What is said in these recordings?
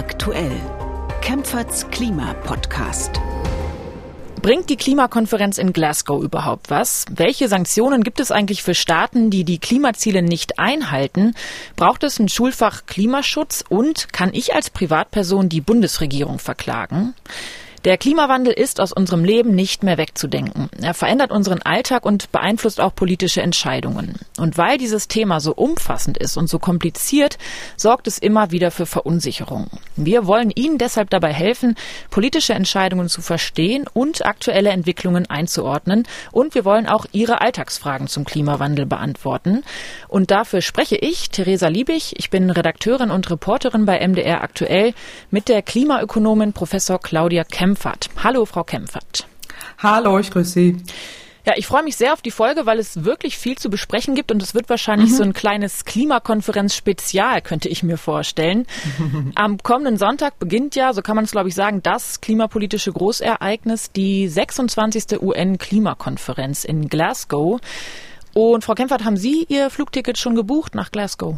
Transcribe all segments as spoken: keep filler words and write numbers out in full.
aktuell. Kempferts Klima-Podcast. Bringt die Klimakonferenz in Glasgow überhaupt was? Welche Sanktionen gibt es eigentlich für Staaten, die die Klimaziele nicht einhalten? Braucht es ein Schulfach Klimaschutz? Und kann ich als Privatperson die Bundesregierung verklagen? Der Klimawandel ist aus unserem Leben nicht mehr wegzudenken. Er verändert unseren Alltag und beeinflusst auch politische Entscheidungen. Und weil dieses Thema so umfassend ist und so kompliziert, sorgt es immer wieder für Verunsicherung. Wir wollen Ihnen deshalb dabei helfen, politische Entscheidungen zu verstehen und aktuelle Entwicklungen einzuordnen. Und wir wollen auch Ihre Alltagsfragen zum Klimawandel beantworten. Und dafür spreche ich, Theresa Liebig. Ich bin Redakteurin und Reporterin bei M D R Aktuell mit der Klimaökonomin Professor Claudia Kempfert. Hallo, Frau Kempfert. Hallo, ich grüße Sie. Ja, ich freue mich sehr auf die Folge, weil es wirklich viel zu besprechen gibt und es wird wahrscheinlich mhm. so ein kleines Klimakonferenz-Spezial, könnte ich mir vorstellen. Am kommenden Sonntag beginnt ja, so kann man es glaube ich sagen, das klimapolitische Großereignis, die sechsundzwanzigste U N-Klimakonferenz in Glasgow. Und Frau Kempfert, haben Sie Ihr Flugticket schon gebucht nach Glasgow?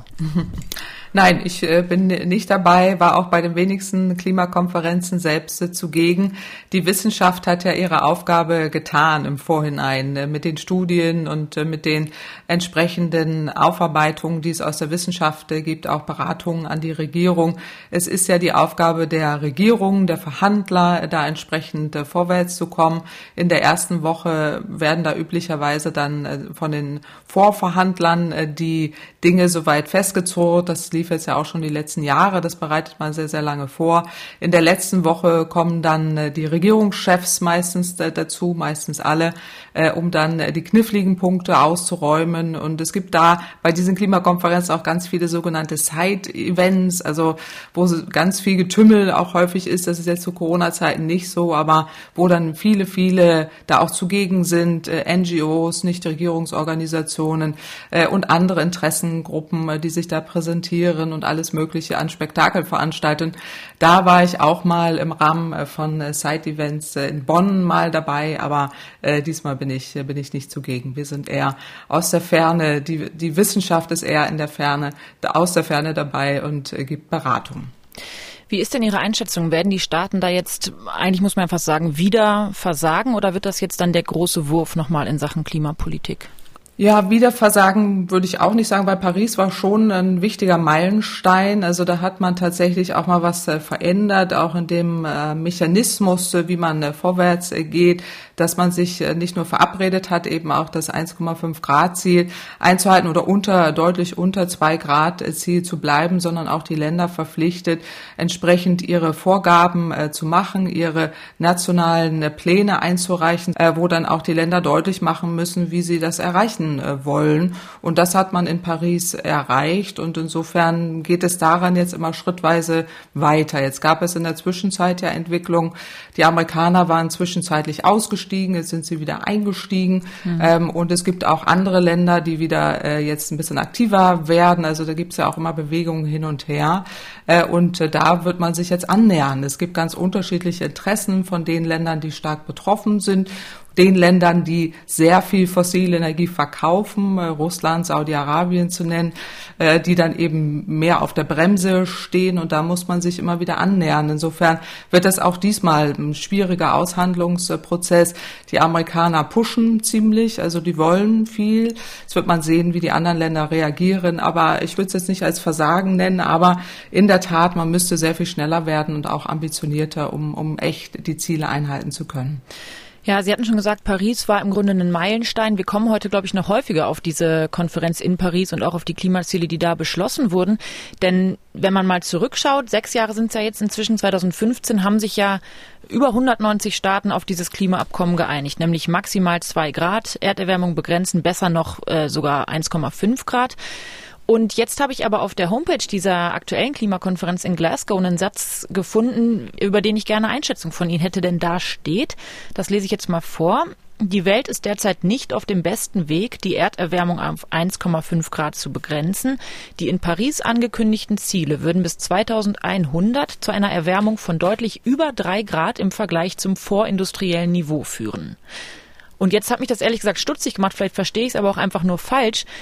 Nein, ich äh, bin nicht dabei, war auch bei den wenigsten Klimakonferenzen selbst äh, zugegen. Die Wissenschaft hat ja ihre Aufgabe getan im Vorhinein äh, mit den Studien und äh, mit den entsprechenden Aufarbeitungen, die es aus der Wissenschaft äh, gibt, auch Beratungen an die Regierung. Es ist ja die Aufgabe der Regierung, der Verhandler, äh, da entsprechend äh, vorwärts zu kommen. In der ersten Woche werden da üblicherweise dann äh, von den Vorverhandlern äh, die Dinge soweit festgezurrt. Das lief jetzt ja auch schon die letzten Jahre, das bereitet man sehr, sehr lange vor. In der letzten Woche kommen dann die Regierungschefs meistens dazu, meistens alle, um dann die kniffligen Punkte auszuräumen. Und es gibt da bei diesen Klimakonferenzen auch ganz viele sogenannte Side-Events, also wo ganz viel Getümmel auch häufig ist. Das ist jetzt zu Corona-Zeiten nicht so, aber wo dann viele, viele da auch zugegen sind, N G Os, Nichtregierungsorganisationen und andere Interessengruppen, die sich da präsentieren und alles Mögliche an Spektakel veranstalten. Da war ich auch mal im Rahmen von Side-Events in Bonn mal dabei, aber äh, diesmal bin ich bin ich nicht zugegen. Wir sind eher aus der Ferne, die die Wissenschaft ist eher in der Ferne, aus der Ferne dabei und äh, gibt Beratungen. Wie ist denn Ihre Einschätzung? Werden die Staaten da jetzt, eigentlich muss man fast sagen, wieder versagen oder wird das jetzt dann der große Wurf nochmal in Sachen Klimapolitik? Ja, wieder versagen würde ich auch nicht sagen, weil Paris war schon ein wichtiger Meilenstein. Also da hat man tatsächlich auch mal was äh, verändert, auch in dem äh, Mechanismus, äh, wie man äh, vorwärts äh, geht, dass man sich äh, nicht nur verabredet hat, eben auch das eins Komma fünf Grad Ziel einzuhalten oder unter, deutlich unter zwei Grad Ziel zu bleiben, sondern auch die Länder verpflichtet, entsprechend ihre Vorgaben äh, zu machen, ihre nationalen äh, Pläne einzureichen, äh, wo dann auch die Länder deutlich machen müssen, wie sie das erreichen wollen. Und das hat man in Paris erreicht. Und insofern geht es daran jetzt immer schrittweise weiter. Jetzt gab es in der Zwischenzeit ja Entwicklung. Die Amerikaner waren zwischenzeitlich ausgestiegen, jetzt sind sie wieder eingestiegen. Mhm. Ähm, und es gibt auch andere Länder, die wieder äh, jetzt ein bisschen aktiver werden. Also da gibt es ja auch immer Bewegungen hin und her. Äh, und äh, da wird man sich jetzt annähern. Es gibt ganz unterschiedliche Interessen von den Ländern, die stark betroffen sind, den Ländern, die sehr viel fossile Energie verkaufen, äh, Russland, Saudi-Arabien zu nennen, äh, die dann eben mehr auf der Bremse stehen und da muss man sich immer wieder annähern. Insofern wird das auch diesmal ein schwieriger Aushandlungsprozess. Die Amerikaner pushen ziemlich, also die wollen viel. Jetzt wird man sehen, wie die anderen Länder reagieren, aber ich würde es jetzt nicht als Versagen nennen, aber in der Tat, man müsste sehr viel schneller werden und auch ambitionierter, um, um echt die Ziele einhalten zu können. Ja, Sie hatten schon gesagt, Paris war im Grunde ein Meilenstein. Wir kommen heute, glaube ich, noch häufiger auf diese Konferenz in Paris und auch auf die Klimaziele, die da beschlossen wurden. Denn wenn man mal zurückschaut, sechs Jahre sind es ja jetzt inzwischen, zweitausendfünfzehn, haben sich ja über hundertneunzig Staaten auf dieses Klimaabkommen geeinigt, nämlich maximal zwei Grad Erderwärmung begrenzen, besser noch äh, sogar eins Komma fünf Grad. Und jetzt habe ich aber auf der Homepage dieser aktuellen Klimakonferenz in Glasgow einen Satz gefunden, über den ich gerne Einschätzung von Ihnen hätte, denn da steht, das lese ich jetzt mal vor, die Welt ist derzeit nicht auf dem besten Weg, die Erderwärmung auf eins Komma fünf Grad zu begrenzen. Die in Paris angekündigten Ziele würden bis zweitausendeinhundert zu einer Erwärmung von deutlich über drei Grad im Vergleich zum vorindustriellen Niveau führen. Und jetzt hat mich das ehrlich gesagt stutzig gemacht, vielleicht verstehe ich es aber auch einfach nur falsch.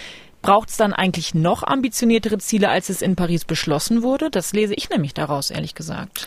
Braucht es dann eigentlich noch ambitioniertere Ziele, als es in Paris beschlossen wurde? Das lese ich nämlich daraus, ehrlich gesagt.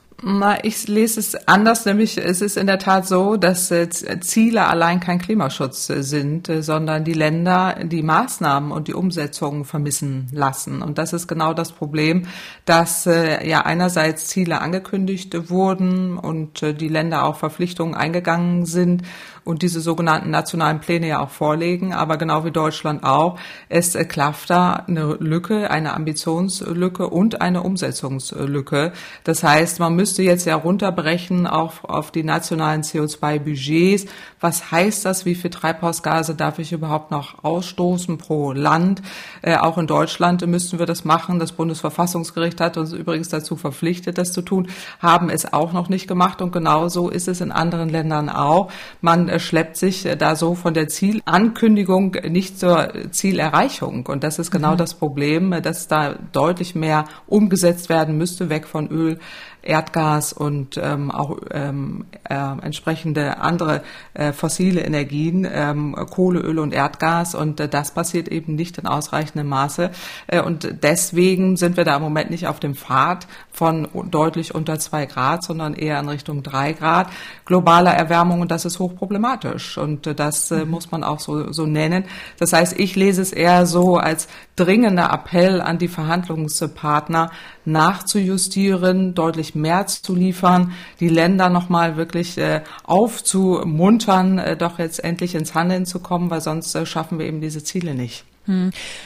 Na, ich lese es anders, nämlich es ist in der Tat so, dass äh, Ziele allein kein Klimaschutz äh, sind, äh, sondern die Länder die Maßnahmen und die Umsetzung vermissen lassen. Und das ist genau das Problem, dass äh, ja einerseits Ziele angekündigt wurden und äh, die Länder auch Verpflichtungen eingegangen sind und diese sogenannten nationalen Pläne ja auch vorlegen, aber genau wie Deutschland auch, es äh, klafft da eine Lücke, eine Ambitionslücke und eine Umsetzungslücke. Das heißt, man müsste jetzt ja runterbrechen auf, auf die nationalen C O zwei Budgets. Was heißt das? Wie viel Treibhausgase darf ich überhaupt noch ausstoßen pro Land? Äh, auch in Deutschland müssten wir das machen. Das Bundesverfassungsgericht hat uns übrigens dazu verpflichtet, das zu tun, haben es auch noch nicht gemacht. Und genauso ist es in anderen Ländern auch. Man äh, schleppt sich äh, da so von der Zielankündigung nicht zur Zielerreichung. Und das ist genau mhm. das Problem, dass da deutlich mehr umgesetzt werden müsste, weg von Öl, Erdgas und ähm, auch ähm, äh, entsprechende andere äh, fossile Energien, ähm, Kohle, Öl und Erdgas. Und äh, das passiert eben nicht in ausreichendem Maße. Äh, und deswegen sind wir da im Moment nicht auf dem Pfad von deutlich unter zwei Grad, sondern eher in Richtung drei Grad globaler Erwärmung. Und das ist hochproblematisch. Und äh, das äh, muss man auch so, so nennen. Das heißt, ich lese es eher so als dringender Appell an die Verhandlungspartner, nachzujustieren, deutlich mehr zu liefern, die Länder nochmal wirklich äh, aufzumuntern, äh, doch jetzt endlich ins Handeln zu kommen, weil sonst äh, schaffen wir eben diese Ziele nicht. Hm.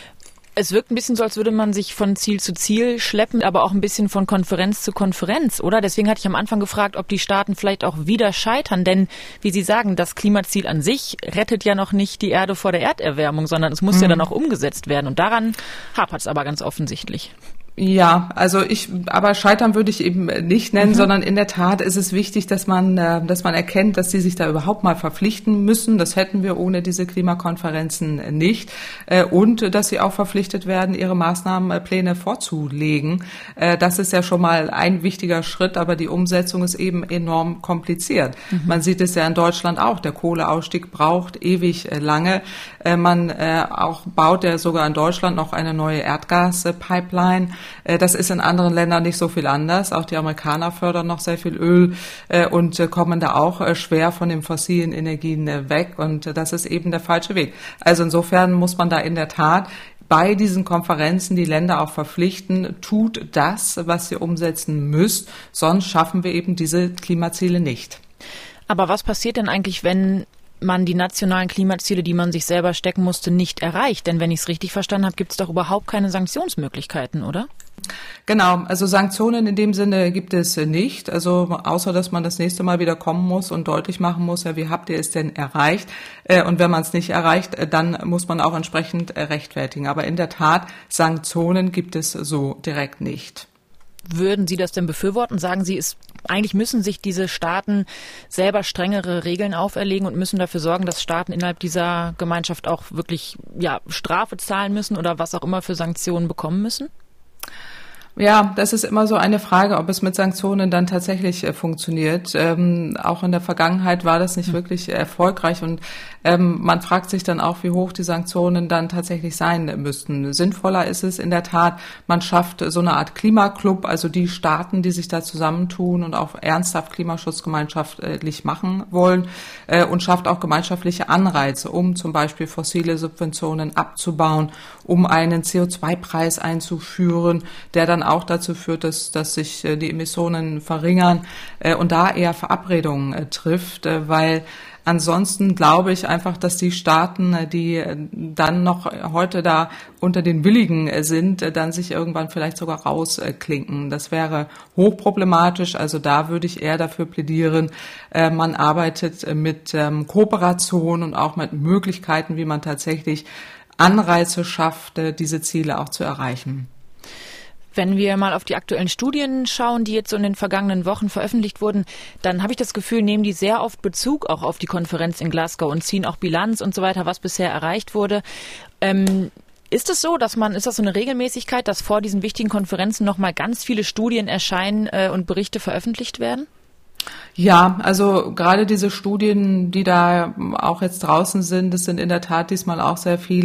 Es wirkt ein bisschen so, als würde man sich von Ziel zu Ziel schleppen, aber auch ein bisschen von Konferenz zu Konferenz, oder? Deswegen hatte ich am Anfang gefragt, ob die Staaten vielleicht auch wieder scheitern, denn, wie Sie sagen, das Klimaziel an sich rettet ja noch nicht die Erde vor der Erderwärmung, sondern es muss hm. ja dann auch umgesetzt werden und daran hapert es aber ganz offensichtlich. Ja, also ich, aber scheitern würde ich eben nicht nennen, mhm. sondern in der Tat ist es wichtig, dass man, dass man erkennt, dass sie sich da überhaupt mal verpflichten müssen. Das hätten wir ohne diese Klimakonferenzen nicht. Und dass sie auch verpflichtet werden, ihre Maßnahmenpläne vorzulegen. Das ist ja schon mal ein wichtiger Schritt, aber die Umsetzung ist eben enorm kompliziert. Mhm. Man sieht es ja in Deutschland auch. Der Kohleausstieg braucht ewig lange. Man auch baut ja sogar in Deutschland noch eine neue Erdgaspipeline. Das ist in anderen Ländern nicht so viel anders. Auch die Amerikaner fördern noch sehr viel Öl und kommen da auch schwer von den fossilen Energien weg. Und das ist eben der falsche Weg. Also insofern muss man da in der Tat bei diesen Konferenzen die Länder auch verpflichten, tut das, was ihr umsetzen müsst. Sonst schaffen wir eben diese Klimaziele nicht. Aber was passiert denn eigentlich, wenn man die nationalen Klimaziele, die man sich selber stecken musste, nicht erreicht? Denn wenn ich es richtig verstanden habe, gibt es doch überhaupt keine Sanktionsmöglichkeiten, oder? Genau, also Sanktionen in dem Sinne gibt es nicht, also außer dass man das nächste Mal wieder kommen muss und deutlich machen muss, ja, wie habt ihr es denn erreicht? Und wenn man es nicht erreicht, dann muss man auch entsprechend rechtfertigen. Aber in der Tat, Sanktionen gibt es so direkt nicht. Würden Sie das denn befürworten? Sagen Sie, es, eigentlich müssen sich diese Staaten selber strengere Regeln auferlegen und müssen dafür sorgen, dass Staaten innerhalb dieser Gemeinschaft auch wirklich ja, Strafe zahlen müssen oder was auch immer für Sanktionen bekommen müssen? Ja, das ist immer so eine Frage, ob es mit Sanktionen dann tatsächlich äh, funktioniert. Ähm, auch in der Vergangenheit war das nicht mhm. wirklich erfolgreich und ähm, man fragt sich dann auch, wie hoch die Sanktionen dann tatsächlich sein müssten. Sinnvoller ist es in der Tat, man schafft so eine Art Klimaclub, also die Staaten, die sich da zusammentun und auch ernsthaft Klimaschutz gemeinschaftlich machen wollen äh, und schafft auch gemeinschaftliche Anreize, um zum Beispiel fossile Subventionen abzubauen, um einen C O zwei Preis einzuführen, der dann auch dazu führt, dass, dass sich die Emissionen verringern äh, und da eher Verabredungen äh, trifft, äh, weil ansonsten glaube ich einfach, dass die Staaten, die dann noch heute da unter den Willigen sind, dann sich irgendwann vielleicht sogar rausklinken. Das wäre hochproblematisch. Also da würde ich eher dafür plädieren, man arbeitet mit Kooperation und auch mit Möglichkeiten, wie man tatsächlich Anreize schafft, diese Ziele auch zu erreichen. Wenn wir mal auf die aktuellen Studien schauen, die jetzt so in den vergangenen Wochen veröffentlicht wurden, dann habe ich das Gefühl, nehmen die sehr oft Bezug auch auf die Konferenz in Glasgow und ziehen auch Bilanz und so weiter, was bisher erreicht wurde. Ähm, ist es so, dass man, ist das so eine Regelmäßigkeit, dass vor diesen wichtigen Konferenzen nochmal ganz viele Studien erscheinen äh, und Berichte veröffentlicht werden? Ja, also gerade diese Studien, die da auch jetzt draußen sind, das sind in der Tat diesmal auch sehr viele,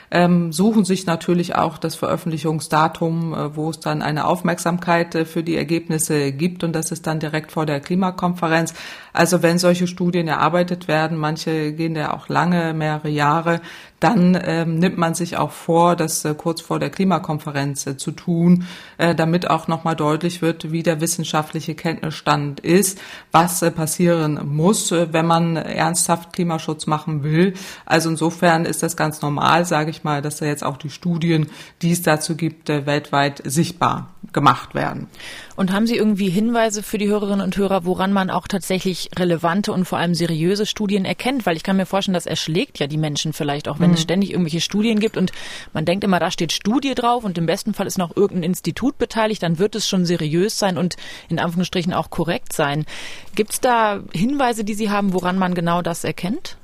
ähm, suchen sich natürlich auch das Veröffentlichungsdatum, äh, wo es dann eine Aufmerksamkeit äh, für die Ergebnisse gibt, und das ist dann direkt vor der Klimakonferenz. Also wenn solche Studien erarbeitet werden, manche gehen ja auch lange, mehrere Jahre, dann ähm, nimmt man sich auch vor, das äh, kurz vor der Klimakonferenz äh, zu tun, äh, damit auch nochmal deutlich wird, wie der wissenschaftliche Kenntnisstand ist, was äh, passieren muss, äh, wenn man ernsthaft Klimaschutz machen will. Also insofern ist das ganz normal, sage ich mal, dass da jetzt auch die Studien, die es dazu gibt, äh, weltweit sichtbar gemacht werden. Und haben Sie irgendwie Hinweise für die Hörerinnen und Hörer, woran man auch tatsächlich relevante und vor allem seriöse Studien erkennt? Weil ich kann mir vorstellen, das erschlägt ja die Menschen vielleicht auch, wenn mhm. es ständig irgendwelche Studien gibt und man denkt immer, da steht Studie drauf und im besten Fall ist noch irgendein Institut beteiligt, dann wird es schon seriös sein und in Anführungsstrichen auch korrekt sein. Gibt es da Hinweise, die Sie haben, woran man genau das erkennt?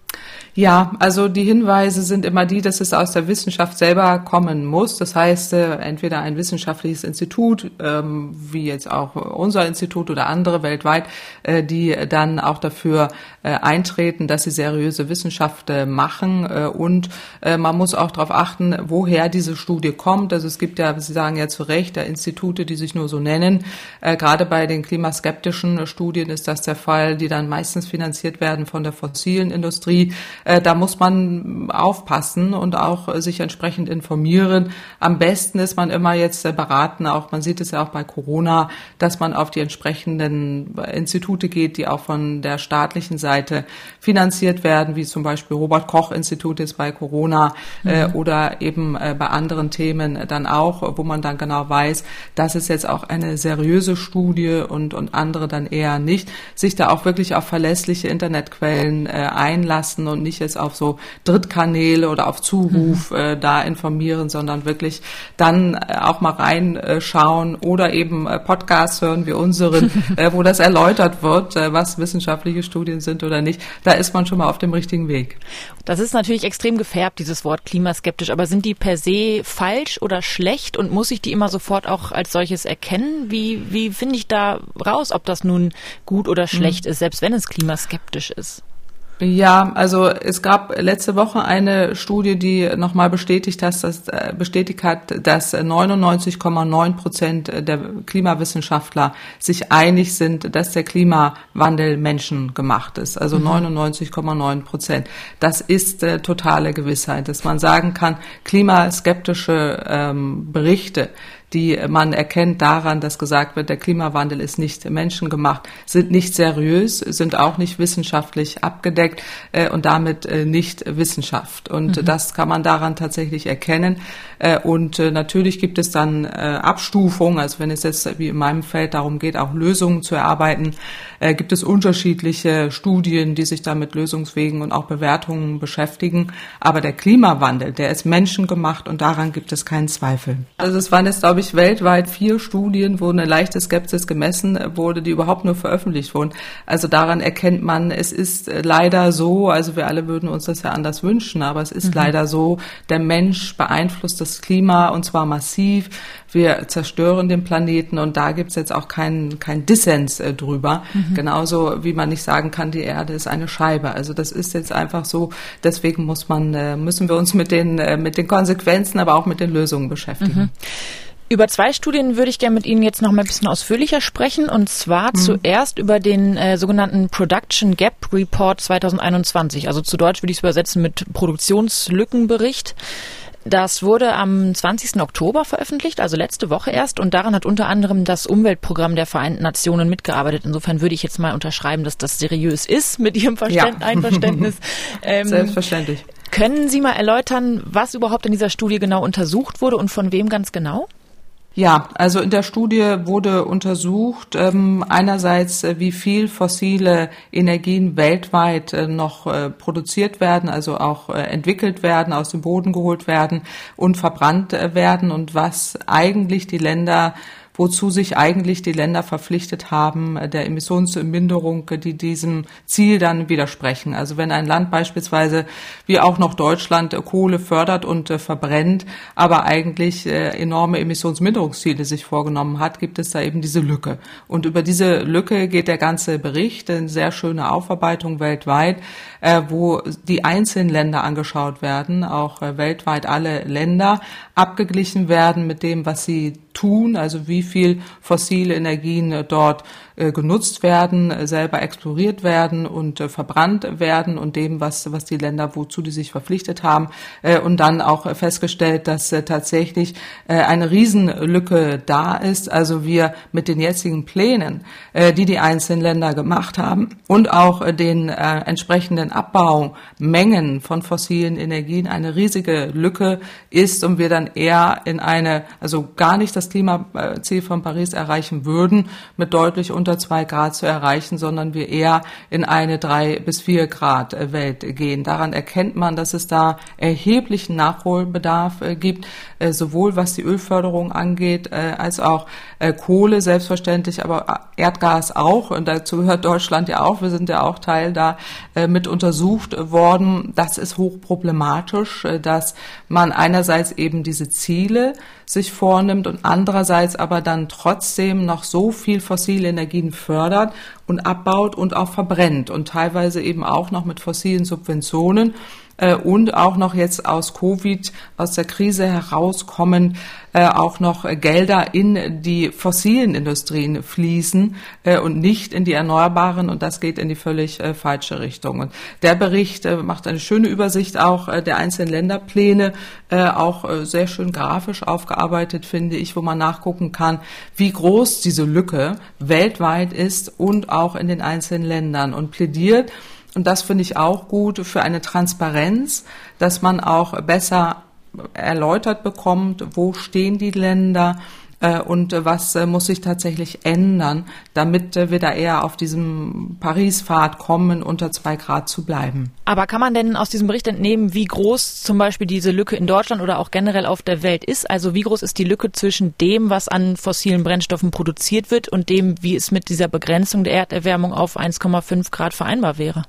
Ja, also die Hinweise sind immer die, dass es aus der Wissenschaft selber kommen muss. Das heißt, äh, entweder ein wissenschaftliches Institut, ähm, wie jetzt auch unser Institut oder andere weltweit, äh, die dann auch dafür äh, eintreten, dass sie seriöse Wissenschaft äh, machen. Äh, und äh, man muss auch darauf achten, woher diese Studie kommt. Also es gibt ja, Sie sagen ja zu Recht, da Institute, die sich nur so nennen. Äh, gerade bei den klimaskeptischen Studien ist das der Fall, die dann meistens finanziert werden von der fossilen Industrie. Da muss man aufpassen und auch sich entsprechend informieren. Am besten ist man immer jetzt beraten, auch man sieht es ja auch bei Corona, dass man auf die entsprechenden Institute geht, die auch von der staatlichen Seite finanziert werden, wie zum Beispiel Robert-Koch-Institut jetzt bei Corona mhm. äh, oder eben äh, bei anderen Themen dann auch, wo man dann genau weiß, das ist jetzt auch eine seriöse Studie und, und andere dann eher nicht. Sich da auch wirklich auf verlässliche Internetquellen äh, einlassen und nicht jetzt auf so Drittkanäle oder auf Zuruf mhm. äh, da informieren, sondern wirklich dann äh, auch mal reinschauen oder eben äh, Podcasts hören wie unseren, äh, wo das erläutert wird, äh, was wissenschaftliche Studien sind oder nicht. Da ist man schon mal auf dem richtigen Weg. Das ist natürlich extrem gefärbt, dieses Wort klimaskeptisch, aber sind die per se falsch oder schlecht und muss ich die immer sofort auch als solches erkennen? Wie, wie finde ich da raus, ob das nun gut oder schlecht mhm. ist, selbst wenn es klimaskeptisch ist? Ja, also es gab letzte Woche eine Studie, die nochmal bestätigt hat, dass, bestätigt hat, dass neunundneunzig Komma neun Prozent der Klimawissenschaftler sich einig sind, dass der Klimawandel menschengemacht ist. Also mhm. neunundneunzig Komma neun Prozent. Das ist äh, totale Gewissheit, dass man sagen kann, klimaskeptische ähm, Berichte, die man erkennt daran, dass gesagt wird, der Klimawandel ist nicht menschengemacht, sind nicht seriös, sind auch nicht wissenschaftlich abgedeckt äh, und damit äh, nicht Wissenschaft. Und mhm. das kann man daran tatsächlich erkennen. Äh, und äh, natürlich gibt es dann äh, Abstufungen, also wenn es jetzt wie in meinem Feld darum geht, auch Lösungen zu erarbeiten, äh, gibt es unterschiedliche Studien, die sich da mit Lösungswegen und auch Bewertungen beschäftigen. Aber der Klimawandel, der ist menschengemacht und daran gibt es keinen Zweifel. Also es waren jetzt, glaube ich, weltweit vier Studien, wo eine leichte Skepsis gemessen wurde, die überhaupt nur veröffentlicht wurden. Also daran erkennt man, es ist leider so, also wir alle würden uns das ja anders wünschen, aber es ist mhm. leider so, der Mensch beeinflusst das Klima und zwar massiv. Wir zerstören den Planeten und da gibt's jetzt auch keinen kein Dissens äh, drüber. Mhm. Genauso wie man nicht sagen kann, die Erde ist eine Scheibe. Also das ist jetzt einfach so. Deswegen muss man, äh, müssen wir uns mit den, äh, mit den Konsequenzen, aber auch mit den Lösungen beschäftigen. Mhm. Über zwei Studien würde ich gerne mit Ihnen jetzt noch mal ein bisschen ausführlicher sprechen, und zwar mhm. zuerst über den äh, sogenannten Production Gap Report zwanzig einundzwanzig. Also zu Deutsch würde ich es übersetzen mit Produktionslückenbericht. Das wurde am zwanzigsten Oktober veröffentlicht, also letzte Woche erst, und daran hat unter anderem das Umweltprogramm der Vereinten Nationen mitgearbeitet. Insofern würde ich jetzt mal unterschreiben, dass das seriös ist mit Ihrem Verständ- ja. Einverständnis. Ähm, Selbstverständlich. Können Sie mal erläutern, was überhaupt in dieser Studie genau untersucht wurde und von wem ganz genau? Ja, also in der Studie wurde untersucht, ähm, einerseits, äh, wie viel fossile Energien weltweit äh, noch äh, produziert werden, also auch äh, entwickelt werden, aus dem Boden geholt werden und verbrannt äh, werden und was eigentlich die Länder wozu sich eigentlich die Länder verpflichtet haben, der Emissionsminderung, die diesem Ziel dann widersprechen. Also wenn ein Land beispielsweise, wie auch noch Deutschland, Kohle fördert und äh, verbrennt, aber eigentlich äh, enorme Emissionsminderungsziele sich vorgenommen hat, gibt es da eben diese Lücke. Und über diese Lücke geht der ganze Bericht, eine sehr schöne Aufarbeitung weltweit, äh, wo die einzelnen Länder angeschaut werden, auch äh, weltweit alle Länder abgeglichen werden mit dem, was sie tun, also wie viel fossile Energien äh, dort äh, genutzt werden, äh, selber exploriert werden und äh, verbrannt werden und dem, was was die Länder, wozu die sich verpflichtet haben, äh, und dann auch äh, festgestellt, dass äh, tatsächlich äh, eine Riesenlücke da ist. Also wir mit den jetzigen Plänen, äh, die die einzelnen Länder gemacht haben und auch äh, den äh, entsprechenden Abbaumengen von fossilen Energien eine riesige Lücke ist und wir dann eher in eine, also gar nicht das Klimaziel von Paris erreichen würden, mit deutlich unter zwei Grad zu erreichen, sondern wir eher in eine drei bis vier Grad Welt gehen. Daran erkennt man, dass es da erheblichen Nachholbedarf gibt, sowohl was die Ölförderung angeht, als auch Kohle selbstverständlich, aber Erdgas auch. Und dazu gehört Deutschland ja auch. Wir sind ja auch Teil da mit untersucht worden. Das ist hochproblematisch, dass man einerseits eben diese Ziele sich vornimmt und andererseits aber dann trotzdem noch so viel fossile Energien fördert und abbaut und auch verbrennt und teilweise eben auch noch mit fossilen Subventionen äh, und auch noch jetzt aus Covid, aus der Krise herauskommen, äh, auch noch Gelder in die fossilen Industrien fließen äh, und nicht in die erneuerbaren, und das geht in die völlig äh, falsche Richtung. Und der Bericht äh, macht eine schöne Übersicht auch äh, der einzelnen Länderpläne, äh, auch äh, sehr schön grafisch aufgearbeitet, finde ich, wo man nachgucken kann, wie groß diese Lücke weltweit ist und auch in den einzelnen Ländern, und plädiert, und das finde ich auch gut, für eine Transparenz, dass man auch besser erläutert bekommt, wo stehen die Länder äh, und äh, was äh, muss sich tatsächlich ändern, damit äh, wir da eher auf diesem Paris-Pfad kommen, unter zwei Grad zu bleiben. Aber kann man denn aus diesem Bericht entnehmen, wie groß zum Beispiel diese Lücke in Deutschland oder auch generell auf der Welt ist? Also wie groß ist die Lücke zwischen dem, was an fossilen Brennstoffen produziert wird, und dem, wie es mit dieser Begrenzung der Erderwärmung auf eins Komma fünf Grad vereinbar wäre?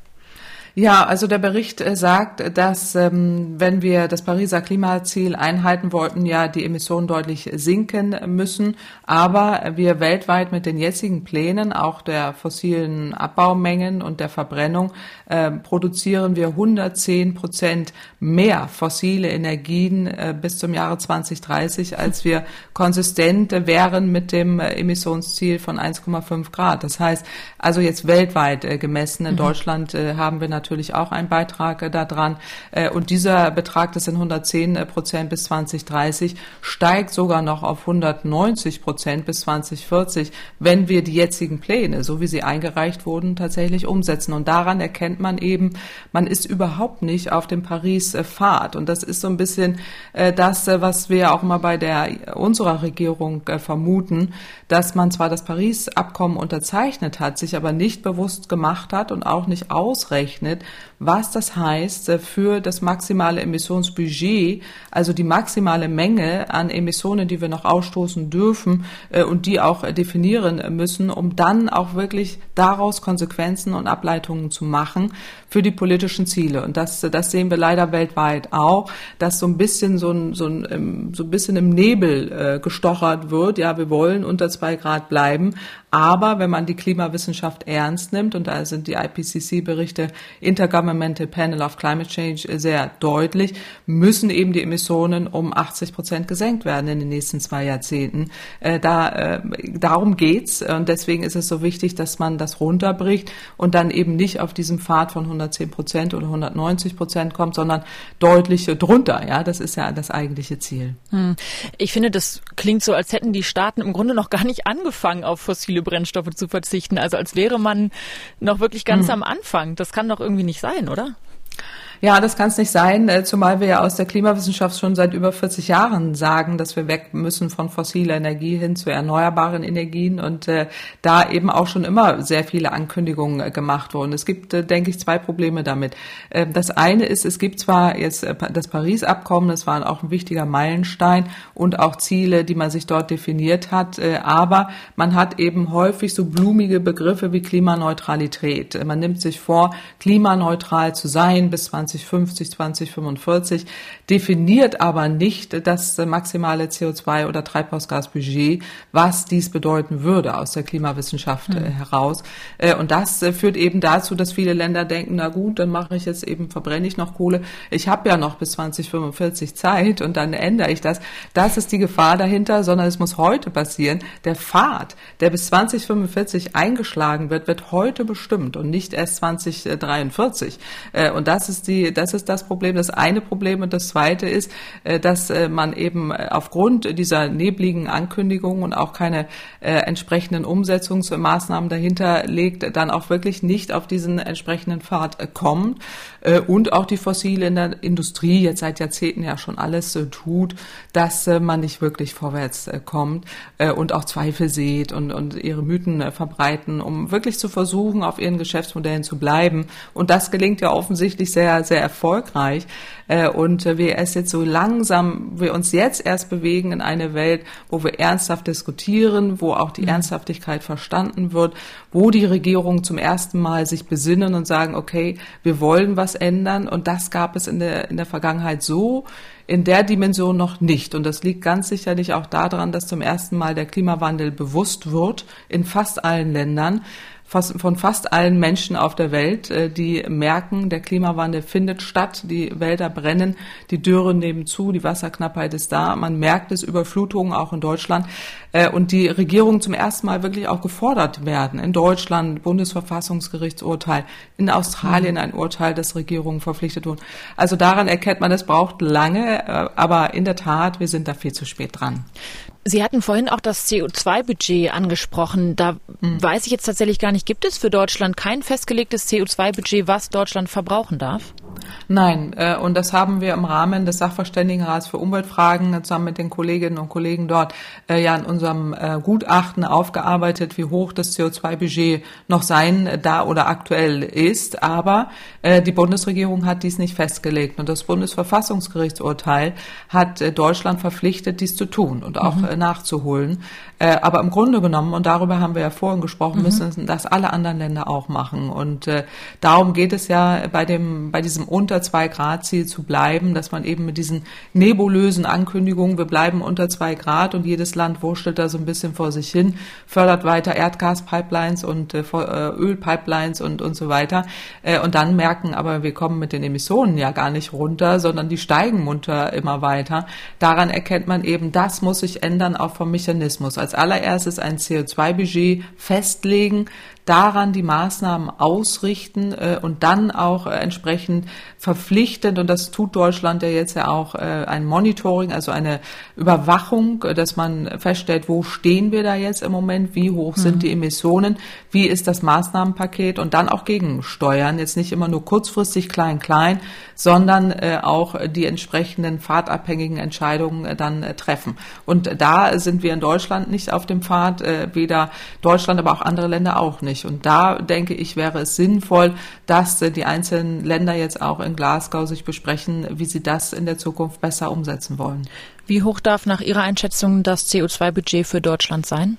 Ja, also der Bericht äh, sagt, dass ähm, wenn wir das Pariser Klimaziel einhalten wollten, ja die Emissionen deutlich sinken müssen, aber wir weltweit mit den jetzigen Plänen, auch der fossilen Abbaumengen und der Verbrennung, äh, produzieren wir hundertzehn Prozent mehr fossile Energien äh, bis zum Jahre zwanzig dreißig, als wir konsistent wären mit dem äh, Emissionsziel von eins Komma fünf Grad. Das heißt, also jetzt weltweit äh, gemessen, in mhm. Deutschland äh, haben wir natürlich natürlich auch ein Beitrag äh, daran. Äh, und dieser Betrag, das sind hundertzehn Prozent bis zwanzig dreißig, steigt sogar noch auf hundertneunzig Prozent bis zwanzig vierzig, wenn wir die jetzigen Pläne, so wie sie eingereicht wurden, tatsächlich umsetzen. Und daran erkennt man eben, man ist überhaupt nicht auf dem Paris-Pfad. Und das ist so ein bisschen äh, das, äh, was wir auch immer bei der unserer Regierung äh, vermuten, dass man zwar das Paris-Abkommen unterzeichnet hat, sich aber nicht bewusst gemacht hat und auch nicht ausrechnet, was das heißt für das maximale Emissionsbudget, also die maximale Menge an Emissionen, die wir noch ausstoßen dürfen und die auch definieren müssen, um dann auch wirklich daraus Konsequenzen und Ableitungen zu machen für die politischen Ziele. Und das, das sehen wir leider weltweit auch, dass so ein bisschen so ein, so ein, so ein bisschen im Nebel äh, gestochert wird. Ja, wir wollen unter zwei Grad bleiben. Aber wenn man die Klimawissenschaft ernst nimmt, und da sind die I P C C-Berichte Intergovernmental Panel of Climate Change sehr deutlich, müssen eben die Emissionen um achtzig Prozent gesenkt werden in den nächsten zwei Jahrzehnten. Äh, da, äh, darum geht's. Und deswegen ist es so wichtig, dass man das runterbricht und dann eben nicht auf diesem Pfad von hundertzehn Prozent oder hundertneunzig Prozent kommt, sondern deutlich drunter. Ja, das ist ja das eigentliche Ziel. Hm. Ich finde, das klingt so, als hätten die Staaten im Grunde noch gar nicht angefangen, auf fossile Brennstoffe zu verzichten. Also als wäre man noch wirklich ganz hm. am Anfang. Das kann doch irgendwie nicht sein, oder? Ja, das kann es nicht sein, zumal wir ja aus der Klimawissenschaft schon seit über vierzig Jahren sagen, dass wir weg müssen von fossiler Energie hin zu erneuerbaren Energien und äh, da eben auch schon immer sehr viele Ankündigungen äh, gemacht wurden. Es gibt, äh, denke ich, zwei Probleme damit. Äh, das eine ist, es gibt zwar jetzt äh, das Paris-Abkommen, das war auch ein wichtiger Meilenstein und auch Ziele, die man sich dort definiert hat, äh, aber man hat eben häufig so blumige Begriffe wie Klimaneutralität. Äh, man nimmt sich vor, klimaneutral zu sein bis zwanzig fünfzig, zwanzig fünfundvierzig, definiert aber nicht das maximale C O zwei oder Treibhausgasbudget, was dies bedeuten würde aus der Klimawissenschaft mhm. heraus. Und das führt eben dazu, dass viele Länder denken, na gut, dann mache ich jetzt eben, verbrenne ich noch Kohle. Ich habe ja noch bis zwanzig fünfundvierzig Zeit und dann ändere ich das. Das ist die Gefahr dahinter, sondern es muss heute passieren. Der Pfad, der bis zwanzig fünfundvierzig eingeschlagen wird, wird heute bestimmt und nicht erst zwanzig dreiundvierzig. Und das ist die Das ist das Problem, das eine Problem. Und das zweite ist, dass man eben aufgrund dieser nebligen Ankündigungen und auch keine äh, entsprechenden Umsetzungsmaßnahmen dahinter legt, dann auch wirklich nicht auf diesen entsprechenden Pfad äh, kommt äh, und auch die fossile in der Industrie jetzt seit Jahrzehnten ja schon alles äh, tut, dass äh, man nicht wirklich vorwärts äh, kommt äh, und auch Zweifel sät und, und ihre Mythen äh, verbreiten, um wirklich zu versuchen, auf ihren Geschäftsmodellen zu bleiben. Und das gelingt ja offensichtlich sehr, sehr erfolgreich. Äh, und äh, wir es jetzt so langsam, wir uns jetzt erst bewegen in eine Welt, wo wir ernsthaft diskutieren, wo auch die mhm. Ernsthaftigkeit verstanden wird, wo die Regierungen zum ersten Mal sich besinnen und sagen, okay, wir wollen was ändern. Und das gab es in der, in der Vergangenheit so in der Dimension noch nicht. Und das liegt ganz sicherlich auch daran, dass zum ersten Mal der Klimawandel bewusst wird in fast allen Ländern. Von fast allen Menschen auf der Welt, die merken, der Klimawandel findet statt, die Wälder brennen, die Dürre nehmen zu, die Wasserknappheit ist da, man merkt es, Überflutungen auch in Deutschland und die Regierungen zum ersten Mal wirklich auch gefordert werden. In Deutschland Bundesverfassungsgerichtsurteil, in Australien ein Urteil, das Regierungen verpflichtet wurden. Also daran erkennt man, es braucht lange, aber in der Tat, wir sind da viel zu spät dran. Sie hatten vorhin auch das C O zwei Budget angesprochen. Da mhm. weiß ich jetzt tatsächlich gar nicht, gibt es für Deutschland kein festgelegtes C O zwei Budget, was Deutschland verbrauchen darf? Nein, äh, und das haben wir im Rahmen des Sachverständigenrats für Umweltfragen zusammen mit den Kolleginnen und Kollegen dort äh, ja in unserem äh, Gutachten aufgearbeitet, wie hoch das C O zwei Budget noch sein äh, da oder aktuell ist. Aber äh, die Bundesregierung hat dies nicht festgelegt und das Bundesverfassungsgerichtsurteil hat äh, Deutschland verpflichtet, dies zu tun und auch mhm. äh, nachzuholen. Äh, aber im Grunde genommen, und darüber haben wir ja vorhin gesprochen, mhm. müssen das alle anderen Länder auch machen. Und äh, darum geht es ja bei dem bei diesem unter zwei Grad Ziel zu bleiben, dass man eben mit diesen nebulösen Ankündigungen, wir bleiben unter zwei Grad und jedes Land wurschtelt da so ein bisschen vor sich hin, fördert weiter Erdgaspipelines und äh, Ölpipelines und und so weiter. Äh, und dann merken aber, wir kommen mit den Emissionen ja gar nicht runter, sondern die steigen munter immer weiter. Daran erkennt man eben, das muss sich ändern, auch vom Mechanismus. Als allererstes ein C O zwei Budget festlegen, daran die Maßnahmen ausrichten äh, und dann auch äh, entsprechend verpflichtend, und das tut Deutschland ja jetzt ja auch, äh, ein Monitoring, also eine Überwachung, äh, dass man feststellt, wo stehen wir da jetzt im Moment, wie hoch mhm. sind die Emissionen, wie ist das Maßnahmenpaket und dann auch gegensteuern, jetzt nicht immer nur kurzfristig klein, klein, sondern äh, auch die entsprechenden fahrtabhängigen Entscheidungen äh, dann äh, treffen. Und da sind wir in Deutschland nicht auf dem Pfad, äh, weder Deutschland, aber auch andere Länder auch nicht. Und da, denke ich, wäre es sinnvoll, dass die einzelnen Länder jetzt auch in Glasgow sich besprechen, wie sie das in der Zukunft besser umsetzen wollen. Wie hoch darf nach Ihrer Einschätzung das C O zwei Budget für Deutschland sein?